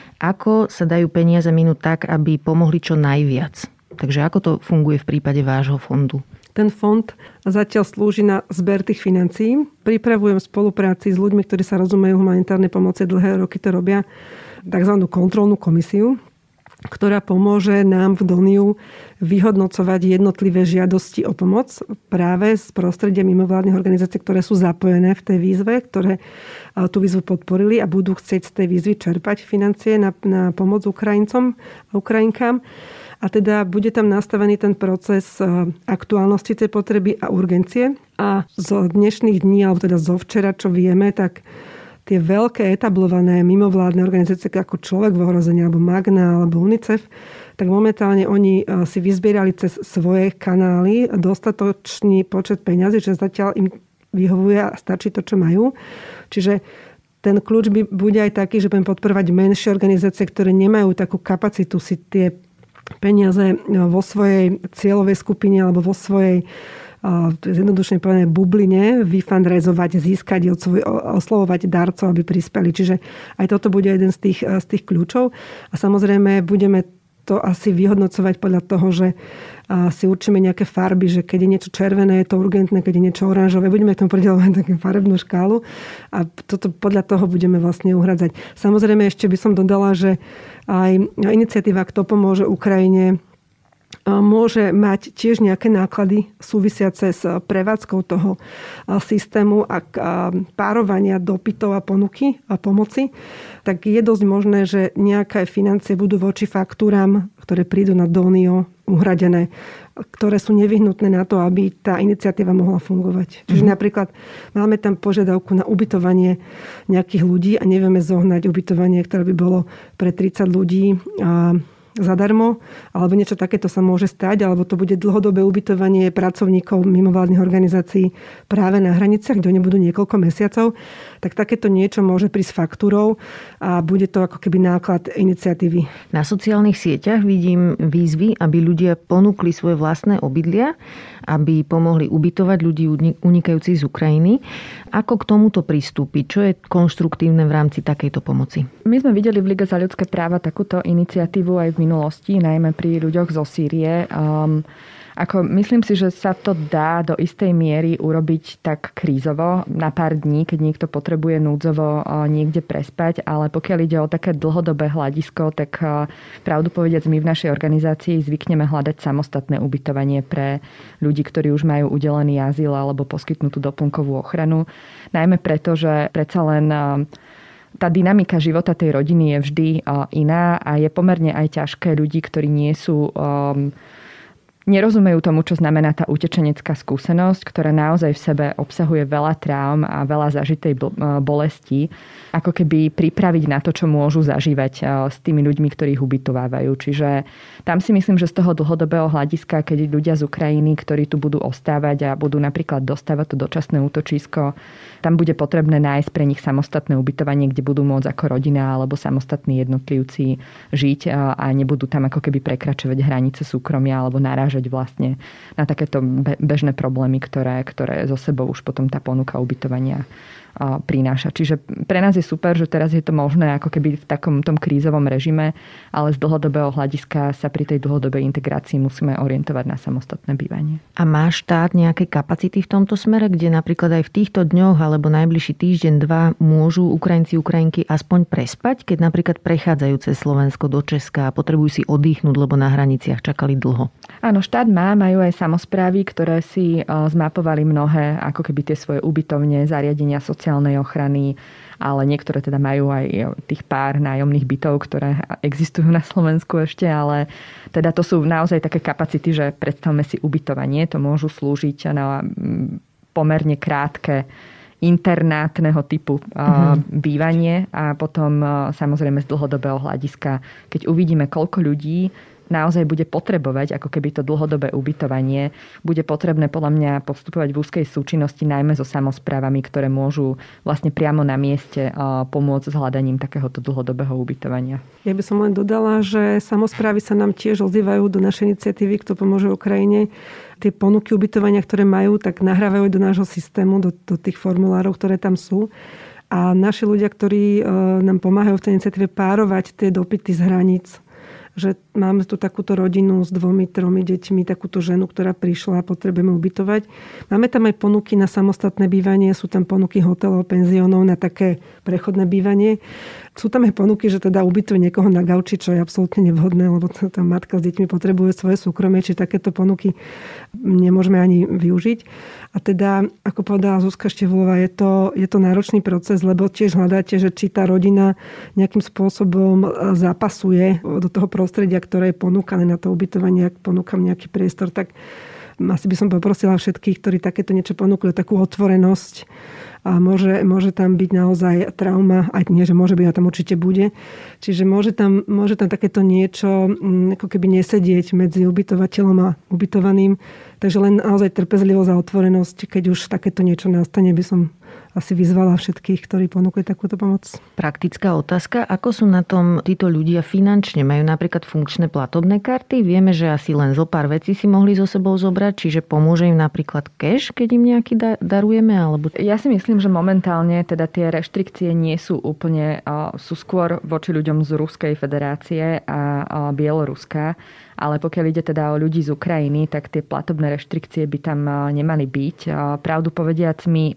ako sa dajú peniaze minúť tak, aby pomohli čo najviac. Takže ako to funguje v prípade vášho fondu? Ten fond zatiaľ slúži na zber tých financií. Pripravujem v spolupráci s ľuďmi, ktorí sa rozumejú humanitárnej pomoci, dlhé roky to robia, tzv. Kontrolnú komisiu, ktorá pomôže nám v Doniu vyhodnocovať jednotlivé žiadosti o pomoc práve z prostredia mimovládnych organizácií, ktoré sú zapojené v tej výzve, ktoré tú výzvu podporili a budú chcieť z tej výzvy čerpať financie na pomoc Ukrajincom a Ukrajinkám. A teda bude tam nastavený ten proces aktuálnosti tej potreby a urgencie. A zo dnešných dní, alebo teda zo včera, čo vieme, tak tie veľké etablované mimovládne organizácie ako Človek v ohrození, alebo Magna, alebo UNICEF, tak momentálne oni si vyzbierali cez svoje kanály dostatočný počet peňazí, že zatiaľ im vyhovuje a stačí to, čo majú. Čiže ten kľúč bude aj taký, že budem podporovať menšie organizácie, ktoré nemajú takú kapacitu si tie peniaze vo svojej cieľovej skupine alebo vo svojej zjednodušene povedané bubline vyfundraizovať, získať, oslovovať darcov, aby prispeli. Čiže aj toto bude jeden z tých kľúčov. A samozrejme budeme to asi vyhodnocovať podľa toho, že si určíme nejaké farby, že keď je niečo červené, je to urgentné, keď je niečo oranžové. Budeme k tomu prideľovať takú farebnú škálu a toto podľa toho budeme vlastne uhradzať. Samozrejme ešte by som dodala, že aj iniciatíva Kto pomôže Ukrajine môže mať tiež nejaké náklady súvisiace s prevádzkou toho systému a párovania dopytov a ponuky a pomoci, tak je dosť možné, že nejaké financie budú voči faktúram, ktoré prídu na Donio, uhradené, ktoré sú nevyhnutné na to, aby tá iniciatíva mohla fungovať. Čiže napríklad máme tam požiadavku na ubytovanie nejakých ľudí a nevieme zohnať ubytovanie, ktoré by bolo pre 30 ľudí zadarmo, alebo niečo takéto sa môže stať, alebo to bude dlhodobé ubytovanie pracovníkov mimovládnych organizácií práve na hraniciach, kde oni budú niekoľko mesiacov, tak takéto niečo môže prísť faktúrou a bude to ako keby náklad iniciatívy. Na sociálnych sieťach vidím výzvy, aby ľudia ponúkli svoje vlastné obydlia, aby pomohli ubytovať ľudí unikajúcich z Ukrajiny. Ako k tomuto pristúpiť? Čo je konštruktívne v rámci takejto pomoci? My sme videli v Lige za ľudské práva takúto iniciatívu aj v minulosti, najmä pri ľuďoch zo Sýrie. Myslím si, že sa to dá do istej miery urobiť tak krízovo na pár dní, keď niekto potrebuje núdzovo niekde prespať, ale pokiaľ ide o také dlhodobé hľadisko, tak pravdu povediac my v našej organizácii zvykneme hľadať samostatné ubytovanie pre ľudí, ktorí už majú udelený azyl alebo poskytnutú doplnkovú ochranu. Najmä preto, že predsa len tá dynamika života tej rodiny je vždy iná a je pomerne aj ťažké ľudí, ktorí nerozumejú tomu, čo znamená tá utečenecká skúsenosť, ktorá naozaj v sebe obsahuje veľa traum a veľa zažitej bolesti, ako keby pripraviť na to, čo môžu zažívať s tými ľuďmi, ktorých ubytovávajú. Čiže tam si myslím, že z toho dlhodobého hľadiska, keď ľudia z Ukrajiny, ktorí tu budú ostávať a budú napríklad dostávať to dočasné útočisko, tam bude potrebné nájsť pre nich samostatné ubytovanie, kde budú môcť ako rodina alebo samostatní jednotlivci žiť a nebudú tam ako keby prekračovať hranice súkromia alebo narážať vlastne na takéto bežné problémy, ktoré zo sebou už potom tá ponuka ubytovania prináša. Čiže pre nás je super, že teraz je to možné ako keby v takom tom krízovom režime, ale z dlhodobého hľadiska sa pri tej dlhodobej integrácii musíme orientovať na samostatné bývanie. A má štát nejaké kapacity v tomto smere, kde napríklad aj v týchto dňoch alebo najbližší týždeň, dva môžu Ukrajinci, Ukrajinky aspoň prespať, keď napríklad prechádzajú cez Slovensko do Česka a potrebujú si oddychnúť, lebo na hraniciach čakali dlho? Áno, štát majú aj samosprávy, ktoré si zmapovali mnohé ako keby tie svoje ubytovne, zariadenia sociálnej ochrany, ale niektoré teda majú aj tých pár nájomných bytov, ktoré existujú na Slovensku ešte, ale teda to sú naozaj také kapacity, že predstavme si ubytovanie, to môžu slúžiť na pomerne krátke internátneho typu bývanie a potom samozrejme z dlhodobého hľadiska, keď uvidíme, koľko ľudí naozaj bude potrebovať ako keby to dlhodobé ubytovanie, bude potrebné podľa mňa postupovať v úzkej súčinnosti najmä so samosprávami, ktoré môžu vlastne priamo na mieste pomôcť s hľadaním takéhoto dlhodobého ubytovania. Ja by som len dodala, že samosprávy sa nám tiež ozývajú do našej iniciatívy, kto pomôže Ukrajine. Tie ponuky ubytovania, ktoré majú, tak nahrávajú do nášho systému, do tých formulárov, ktoré tam sú. A naši ľudia, ktorí nám pomáhajú v tej iniciatíve párovať tie dopyty z hraníc, že máme tu takúto rodinu s 2-3 deťmi, takúto ženu, ktorá prišla a potrebujeme ubytovať. Máme tam aj ponuky na samostatné bývanie, sú tam ponuky hotelov, penziónov na také prechodné bývanie. Sú tam aj ponuky, že teda ubytuje niekoho na gauči, čo je absolútne nevhodné, lebo tá matka s deťmi potrebuje svoje súkromie, či takéto ponuky nemôžeme ani využiť. A teda, ako povedala Zuzka Števúlová, je to náročný proces, lebo tiež hľadáte, že či tá rodina nejakým spôsobom zapasuje do toho prostredia, ktoré je ponúkané na to ubytovanie, ak ponúkam nejaký priestor, tak asi by som poprosila všetkých, ktorí takéto niečo ponúkli, takú otvorenosť. A môže tam byť naozaj trauma, aj nie, že môže byť, a tam určite bude. Čiže môže tam takéto niečo ako keby nesedieť medzi ubytovateľom a ubytovaným. Takže len naozaj trpezlivosť a otvorenosť, keď už takéto niečo nastane, by som asi vyzvala všetkých, ktorí ponúkli takúto pomoc. Praktická otázka, ako sú na tom títo ľudia finančne? Majú napríklad funkčné platobné karty? Vieme, že asi len zo pár vecí si mohli so sebou zobrať, čiže pomôže im napríklad cash, keď im nejaký darujeme? Alebo... Ja si myslím, že momentálne teda tie reštrikcie nie sú úplne, sú skôr voči ľuďom z Ruskej federácie a Bieloruska. Ale pokiaľ ide teda o ľudí z Ukrajiny, tak tie platobné reštrikcie by tam nemali byť. Pravdu povediac, my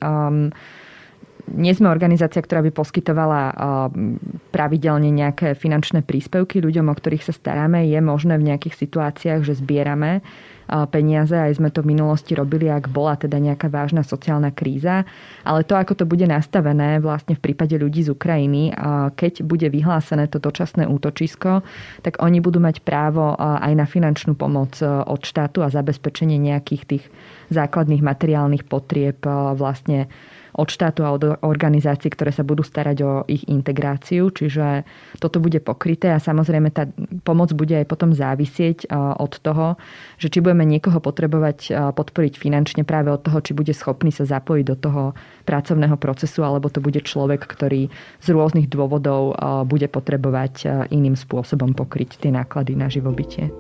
nie sme organizácia, ktorá by poskytovala pravidelne nejaké finančné príspevky ľuďom, o ktorých sa staráme. Je možné v nejakých situáciách, že zbierame peniaze, aj sme to v minulosti robili, ak bola teda nejaká vážna sociálna kríza. Ale to, ako to bude nastavené vlastne v prípade ľudí z Ukrajiny, keď bude vyhlásené to dočasné útočisko, tak oni budú mať právo aj na finančnú pomoc od štátu a zabezpečenie nejakých tých základných materiálnych potrieb vlastne od štátu a od organizácií, ktoré sa budú starať o ich integráciu. Čiže toto bude pokryté a samozrejme tá pomoc bude aj potom závisieť od toho, že či budeme niekoho potrebovať podporiť finančne práve od toho, či bude schopný sa zapojiť do toho pracovného procesu, alebo to bude človek, ktorý z rôznych dôvodov bude potrebovať iným spôsobom pokryť tie náklady na živobytie.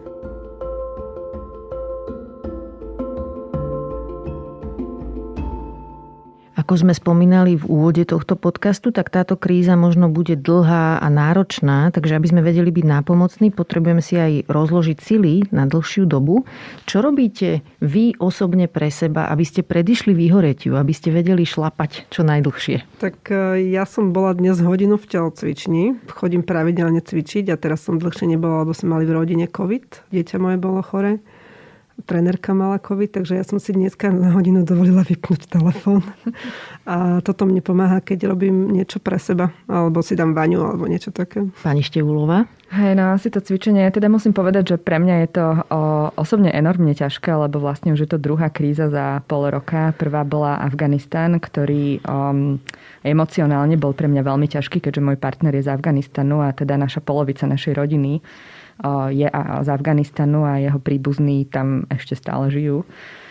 Ako sme spomínali v úvode tohto podcastu, tak táto kríza možno bude dlhá a náročná, takže aby sme vedeli byť nápomocní, potrebujeme si aj rozložiť sily na dlhšiu dobu. Čo robíte vy osobne pre seba, aby ste predišli vyhoretiu, aby ste vedeli šlapať čo najdlhšie? Tak ja som bola dnes hodinu v telocvični. Chodím pravidelne cvičiť a teraz som dlhšie nebola, lebo sme mali v rodine COVID. Dieťa moje bolo chore. Trénerka mala COVID, takže ja som si dneska na hodinu dovolila vypnúť telefón. A toto mne pomáha, keď robím niečo pre seba, alebo si dám vaňu, alebo niečo také. Pani Števúlová? Hej, no asi to cvičenie, teda musím povedať, že pre mňa je to osobne enormne ťažké, lebo vlastne už je to druhá kríza za pol roka. Prvá bola Afganistan, ktorý emocionálne bol pre mňa veľmi ťažký, keďže môj partner je z Afganistanu a teda naša polovica našej rodiny je z Afganistanu a jeho príbuzní tam ešte stále žijú.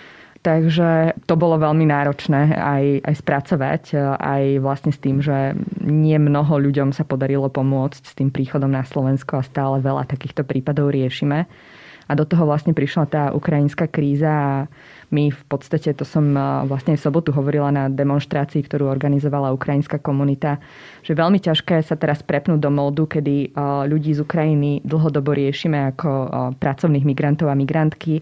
Takže to bolo veľmi náročné aj spracovať, aj vlastne s tým, že nie mnoho ľuďom sa podarilo pomôcť s tým príchodom na Slovensko a stále veľa takýchto prípadov riešime. A do toho vlastne prišla tá ukrajinská kríza a my v podstate, to som vlastne v sobotu hovorila na demonštrácii, ktorú organizovala ukrajinská komunita, že veľmi ťažké sa teraz prepnúť do módu, kedy ľudí z Ukrajiny dlhodobo riešime ako pracovných migrantov a migrantky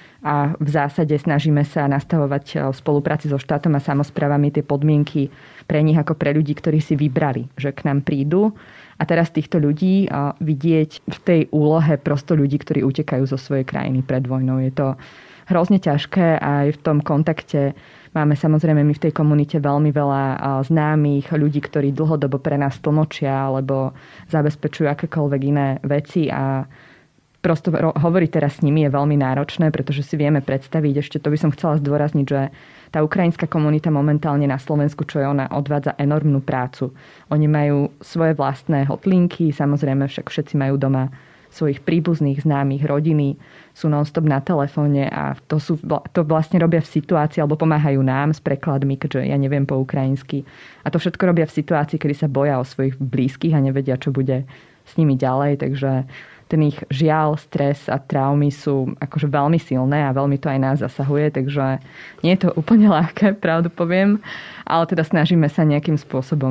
a v zásade snažíme sa nastavovať v spolupráci so štátom a samosprávami tie podmienky pre nich ako pre ľudí, ktorí si vybrali, že k nám prídu. A teraz týchto ľudí vidieť v tej úlohe prosto ľudí, ktorí utekajú zo svojej krajiny pred vojnou. Je to hrozne ťažké a aj v tom kontakte máme samozrejme my v tej komunite veľmi veľa známych ľudí, ktorí dlhodobo pre nás tlmočia alebo zabezpečujú akékoľvek iné veci a prosto hovoriť teraz s nimi je veľmi náročné, pretože si vieme predstaviť, ešte to by som chcela zdôrazniť, že tá ukrajinská komunita momentálne na Slovensku, čo je ona, odvádza enormnú prácu. Oni majú svoje vlastné hotlinky, samozrejme však všetci majú doma svojich príbuzných, známych, rodiny, sú non-stop na telefóne a to vlastne robia v situácii, alebo pomáhajú nám s prekladmi, keďže ja neviem po ukrajinsky. A to všetko robia v situácii, kedy sa boja o svojich blízkych a nevedia, čo bude s nimi ďalej, takže ten ich žiaľ, stres a traumy sú akože veľmi silné a veľmi to aj nás zasahuje, takže nie je to úplne ľahké, pravdu poviem, ale teda snažíme sa nejakým spôsobom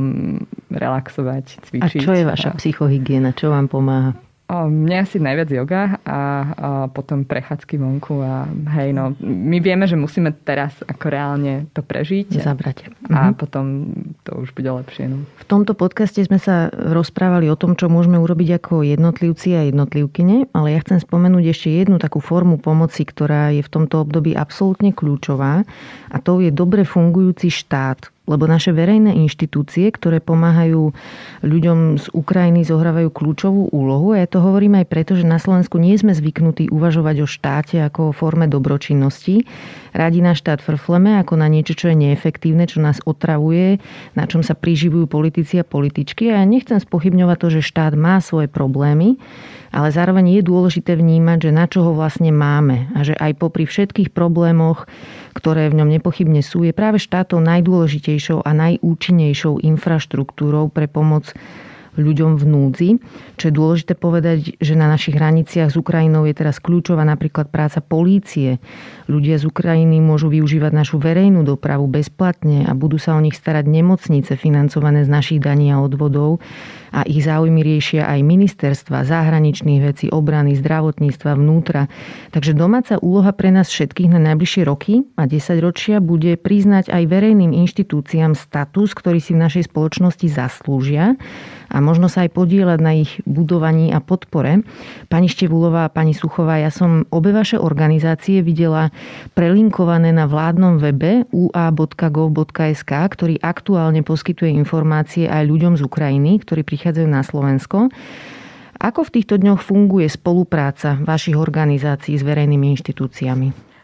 relaxovať, cvičiť. A čo je vaša psychohygiena? Čo vám pomáha? Mne asi najviac yoga a potom prechádzky vonku a hej, no, my vieme, že musíme teraz ako reálne to prežiť. Zabrať. A potom to už bude lepšie. No. V tomto podcaste sme sa rozprávali o tom, čo môžeme urobiť ako jednotlivci a jednotlivkyne, ale ja chcem spomenúť ešte jednu takú formu pomoci, ktorá je v tomto období absolútne kľúčová a to je dobre fungujúci štát. Lebo naše verejné inštitúcie, ktoré pomáhajú ľuďom z Ukrajiny, zohrávajú kľúčovú úlohu. A ja to hovorím aj preto, že na Slovensku nie sme zvyknutí uvažovať o štáte ako o forme dobročinnosti. Radi na štát frfleme ako na niečo, čo je neefektívne, čo nás otravuje, na čom sa priživujú politici a političky. A ja nechcem spochybňovať to, že štát má svoje problémy, ale zároveň je dôležité vnímať, že na čo ho vlastne máme. A že aj popri všetkých problémoch, ktoré v ňom nepochybne sú, je práve štátov najdôležitejšou a najúčinnejšou infraštruktúrou pre pomoc ľuďom v núdzi. Čo je dôležité povedať, že na našich hraniciach s Ukrajinou je teraz kľúčová napríklad práca polície. Ľudia z Ukrajiny môžu využívať našu verejnú dopravu bezplatne a budú sa o nich starať nemocnice financované z našich daní a odvodov. A ich záujmy riešia aj ministerstva, zahraničných vecí, obrany, zdravotníctva, vnútra. Takže domáca úloha pre nás všetkých na najbližšie roky a 10 ročia bude priznať aj verejným inštitúciám status, ktorý si v našej spoločnosti zaslúžia a možno sa aj podieľať na ich budovaní a podpore. Pani Števúlová a pani Suchová, ja som obe vaše organizácie videla prelinkované na vládnom webe ua.gov.sk, ktorý aktuálne poskytuje informácie aj ľuďom z Ukrajiny, ktorí prichádzajú na Slovensko. Ako v týchto dňoch funguje spolupráca vašich organizácií s verejnými inštitúciami?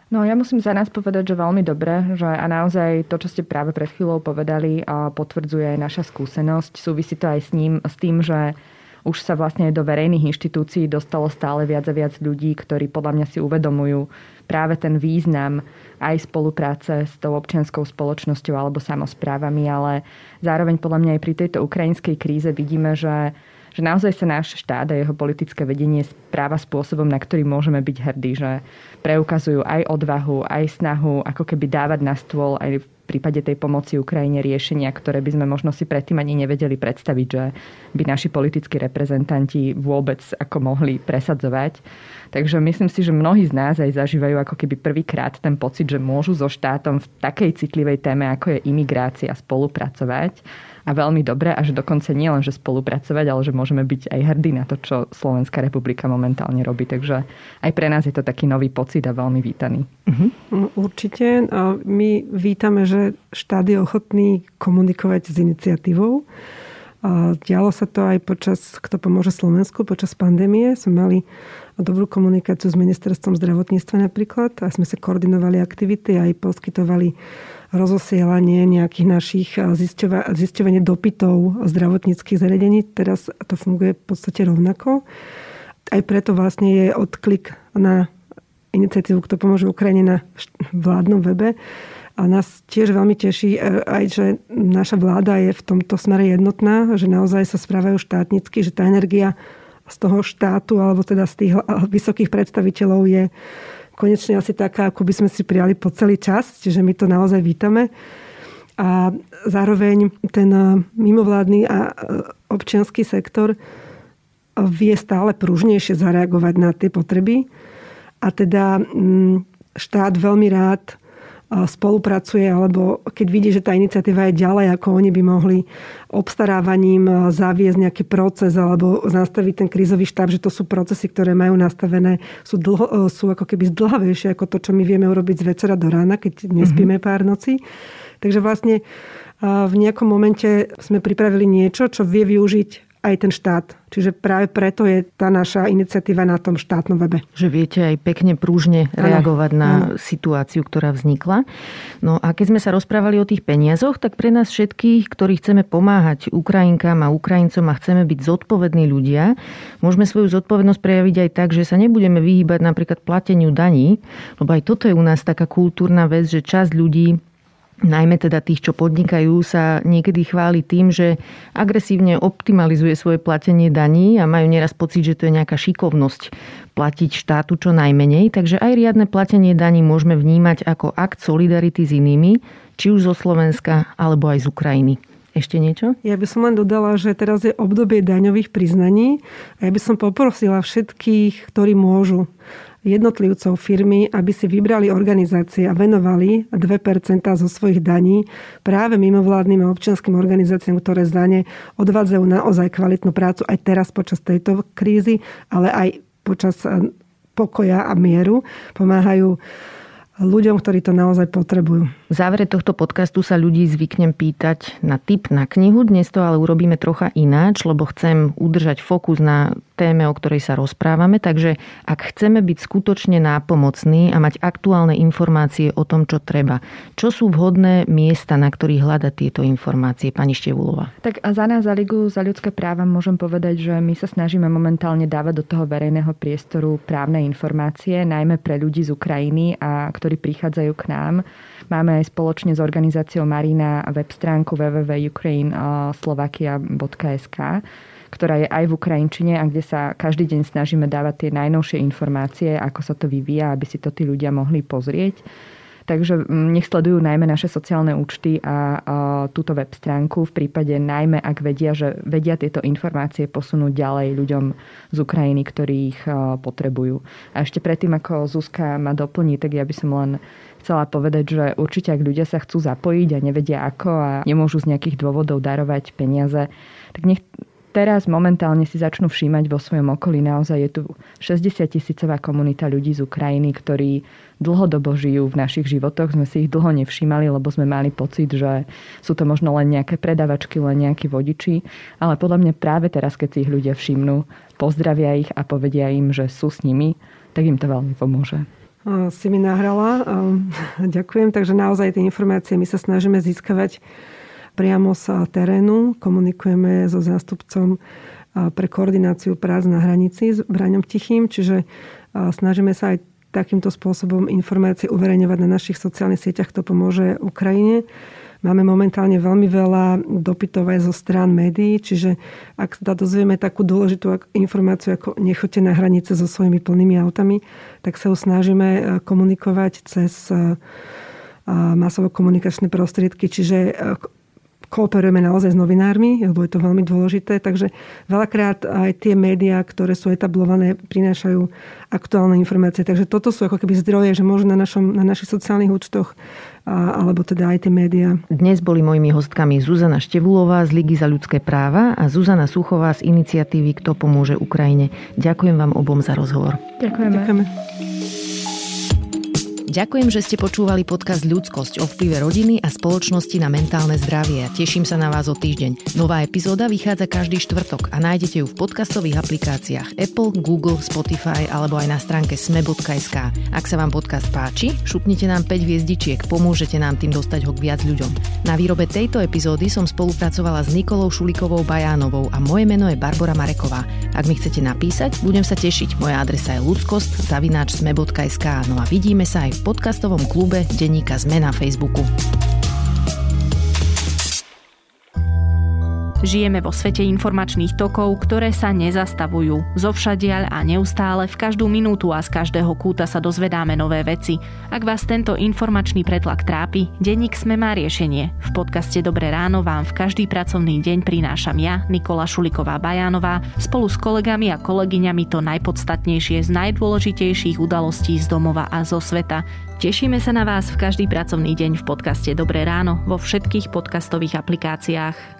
No ja musím za nás povedať, že veľmi dobre, že a naozaj to, čo ste práve pred chvíľou povedali, potvrdzuje aj naša skúsenosť. Súvisí to aj s tým, že už sa vlastne do verejných inštitúcií dostalo stále viac a viac ľudí, ktorí podľa mňa si uvedomujú práve ten význam aj spolupráce s tou občianskou spoločnosťou alebo samosprávami, ale zároveň podľa mňa aj pri tejto ukrajinskej kríze vidíme, že naozaj sa náš štát a jeho politické vedenie správa spôsobom, na ktorý môžeme byť hrdí, že preukazujú aj odvahu, aj snahu ako keby dávať na stôl aj v prípade tej pomoci Ukrajine riešenia, ktoré by sme možno si predtým ani nevedeli predstaviť, že by naši politickí reprezentanti vôbec ako mohli presadzovať. Takže myslím si, že mnohí z nás aj zažívajú ako keby prvýkrát ten pocit, že môžu so štátom v takej citlivej téme, ako je imigrácia, spolupracovať. A veľmi dobre, a že dokonca nie len, že spolupracovať, ale že môžeme byť aj hrdí na to, čo Slovenská republika momentálne robí. Takže aj pre nás je to taký nový pocit a veľmi vítaný. Určite. My vítame, že štát je ochotný komunikovať s iniciatívou. Dialo sa to aj počas Kto pomôže Slovensku, počas pandémie. Sme mali dobrú komunikáciu s ministerstvom zdravotníctva napríklad a sme sa koordinovali aktivity a aj poskytovali rozosielanie nejakých našich zisťovanie dopytov zdravotníckych zariadení. Teraz to funguje v podstate rovnako. Aj preto vlastne je odklik na iniciatívu Kto pomôže Ukrajine na vládnom webe. A nás tiež veľmi teší aj, že naša vláda je v tomto smere jednotná, že naozaj sa správajú štátnicky, že tá energia z toho štátu alebo teda z tých vysokých predstaviteľov je konečne asi taká, ako by sme si prijali po celý čas, čiže my to naozaj vítame. A zároveň ten mimovládny a občiansky sektor vie stále pružnejšie zareagovať na tie potreby. A teda štát veľmi rád spolupracuje, alebo keď vidí, že tá iniciatíva je ďalej, ako oni by mohli obstarávaním zaviesť nejaký proces alebo nastaviť ten krízový štáb, že to sú procesy, ktoré majú nastavené, sú ako keby zdĺhavejšie ako to, čo my vieme urobiť z večera do rána, keď nespíme pár nocí. Takže vlastne v nejakom momente sme pripravili niečo, čo vie využiť aj ten štát. Čiže práve preto je tá naša iniciatíva na tom štátnom webe. Že viete aj pekne prúžne reagovať na situáciu, ktorá vznikla. No a keď sme sa rozprávali o tých peniazoch, tak pre nás všetkých, ktorí chceme pomáhať Ukrajinkám a Ukrajincom a chceme byť zodpovední ľudia, môžeme svoju zodpovednosť prejaviť aj tak, že sa nebudeme vyhýbať napríklad plateniu daní, lebo aj toto je u nás taká kultúrna vec, že časť ľudí, najmä teda tých, čo podnikajú, sa niekedy chváli tým, že agresívne optimalizuje svoje platenie daní a majú nieraz pocit, že to je nejaká šikovnosť platiť štátu čo najmenej. Takže aj riadne platenie daní môžeme vnímať ako akt solidarity s inými, či už zo Slovenska, alebo aj z Ukrajiny. Ešte niečo? Ja by som len dodala, že teraz je obdobie daňových priznaní a ja by som poprosila všetkých, ktorí môžu, jednotlivcov firmy, aby si vybrali organizácie a venovali 2% zo svojich daní práve mimovládnym a občianskym organizáciám, ktoré z dane odvádzajú naozaj kvalitnú prácu aj teraz počas tejto krízy, ale aj počas pokoja a mieru. Pomáhajú ľuďom, ktorí to naozaj potrebujú. V závere tohto podcastu sa ľudí zvyknem pýtať na tip na knihu. Dnes to ale urobíme trocha ináč, lebo chcem udržať fokus na téme, o ktorej sa rozprávame. Takže ak chceme byť skutočne nápomocní a mať aktuálne informácie o tom, čo treba, čo sú vhodné miesta, na ktorých hľadať tieto informácie? Pani Števúlová. Tak a za nás, za Ligu za ľudské práva, môžem povedať, že my sa snažíme momentálne dávať do toho verejného priestoru právne informácie, najmä pre ľudí z Ukrajiny, a ktorí prichádzajú k nám. Máme aj spoločne s organizáciou Marina web stránku www.ukraineslovakia.sk, ktorá je aj v ukrajinčine a kde sa každý deň snažíme dávať tie najnovšie informácie, ako sa to vyvíja, aby si to tí ľudia mohli pozrieť. Takže nech sledujú najmä naše sociálne účty a túto web stránku v prípade najmä, ak vedia, že vedia tieto informácie posunúť ďalej ľuďom z Ukrajiny, ktorí ich potrebujú. A ešte predtým, ako Zuzka ma doplní, tak ja by som len chcela povedať, že určite ak ľudia sa chcú zapojiť a nevedia ako a nemôžu z nejakých dôvodov darovať peniaze, tak nech teraz momentálne si začnú všímať vo svojom okolí. Naozaj je tu 60-tisícová komunita ľudí z Ukrajiny, ktorí dlhodobo žijú v našich životoch. Sme si ich dlho nevšímali, lebo sme mali pocit, že sú to možno len nejaké predavačky, len nejakí vodiči. Ale podľa mňa práve teraz, keď si ich ľudia všimnú, pozdravia ich a povedia im, že sú s nimi, tak im to veľmi pomôže. Si mi nahrala. Ďakujem. Takže naozaj tie informácie my sa snažíme získavať priamo z terénu. Komunikujeme so zástupcom pre koordináciu prác na hranici s Braňom Tichým. Čiže snažíme sa aj takýmto spôsobom informácie uverejňovať na našich sociálnych sieťach, to pomôže Ukrajine. Máme momentálne veľmi veľa dopytov aj zo strán médií, čiže ak sa dozvieme takú dôležitú informáciu, ako nechoďte na hranice so svojimi plnými autami, tak sa ju snažíme komunikovať cez masovo-komunikačné prostriedky, čiže kooperujeme naozaj s novinármi, lebo je to veľmi dôležité. Takže veľakrát aj tie médiá, ktoré sú etablované, prinášajú aktuálne informácie. Takže toto sú ako keby zdroje, že môžu na našich sociálnych účtoch alebo teda aj tie médiá. Dnes boli mojimi hostkami Zuzana Števulová z Ligy za ľudské práva a Zuzana Suchová z iniciatívy Kto pomôže Ukrajine. Ďakujem vám obom za rozhovor. Ďakujeme. Ďakujem, že ste počúvali podcast Ľudskosť o vplyve rodiny a spoločnosti na mentálne zdravie. Teším sa na vás o týždeň. Nová epizóda vychádza každý štvrtok a nájdete ju v podcastových aplikáciách Apple, Google, Spotify alebo aj na stránke sme.sk. Ak sa vám podcast páči, šupnite nám 5 hviezdičiek, pomôžete nám tým dostať ho k viac ľuďom. Na výrobe tejto epizódy som spolupracovala s Nikolou Šulikovou Bajánovou a moje meno je Barbora Mareková. Ak mi chcete napísať, budem sa tešiť. Moja adresa je ludskost@sme.sk. No a vidíme sa aj v podcastovom klube denníka SME na Facebooku. Žijeme vo svete informačných tokov, ktoré sa nezastavujú. Zovšadiaľ a neustále v každú minútu a z každého kúta sa dozvedáme nové veci. Ak vás tento informačný pretlak trápi, denník SME má riešenie. V podcaste Dobré ráno vám v každý pracovný deň prinášam ja, Nikola Šuliková Bajánová, spolu s kolegami a kolegyňami to najpodstatnejšie z najdôležitejších udalostí z domova a zo sveta. Tešíme sa na vás v každý pracovný deň v podcaste Dobré ráno vo všetkých podcastových aplikáciách.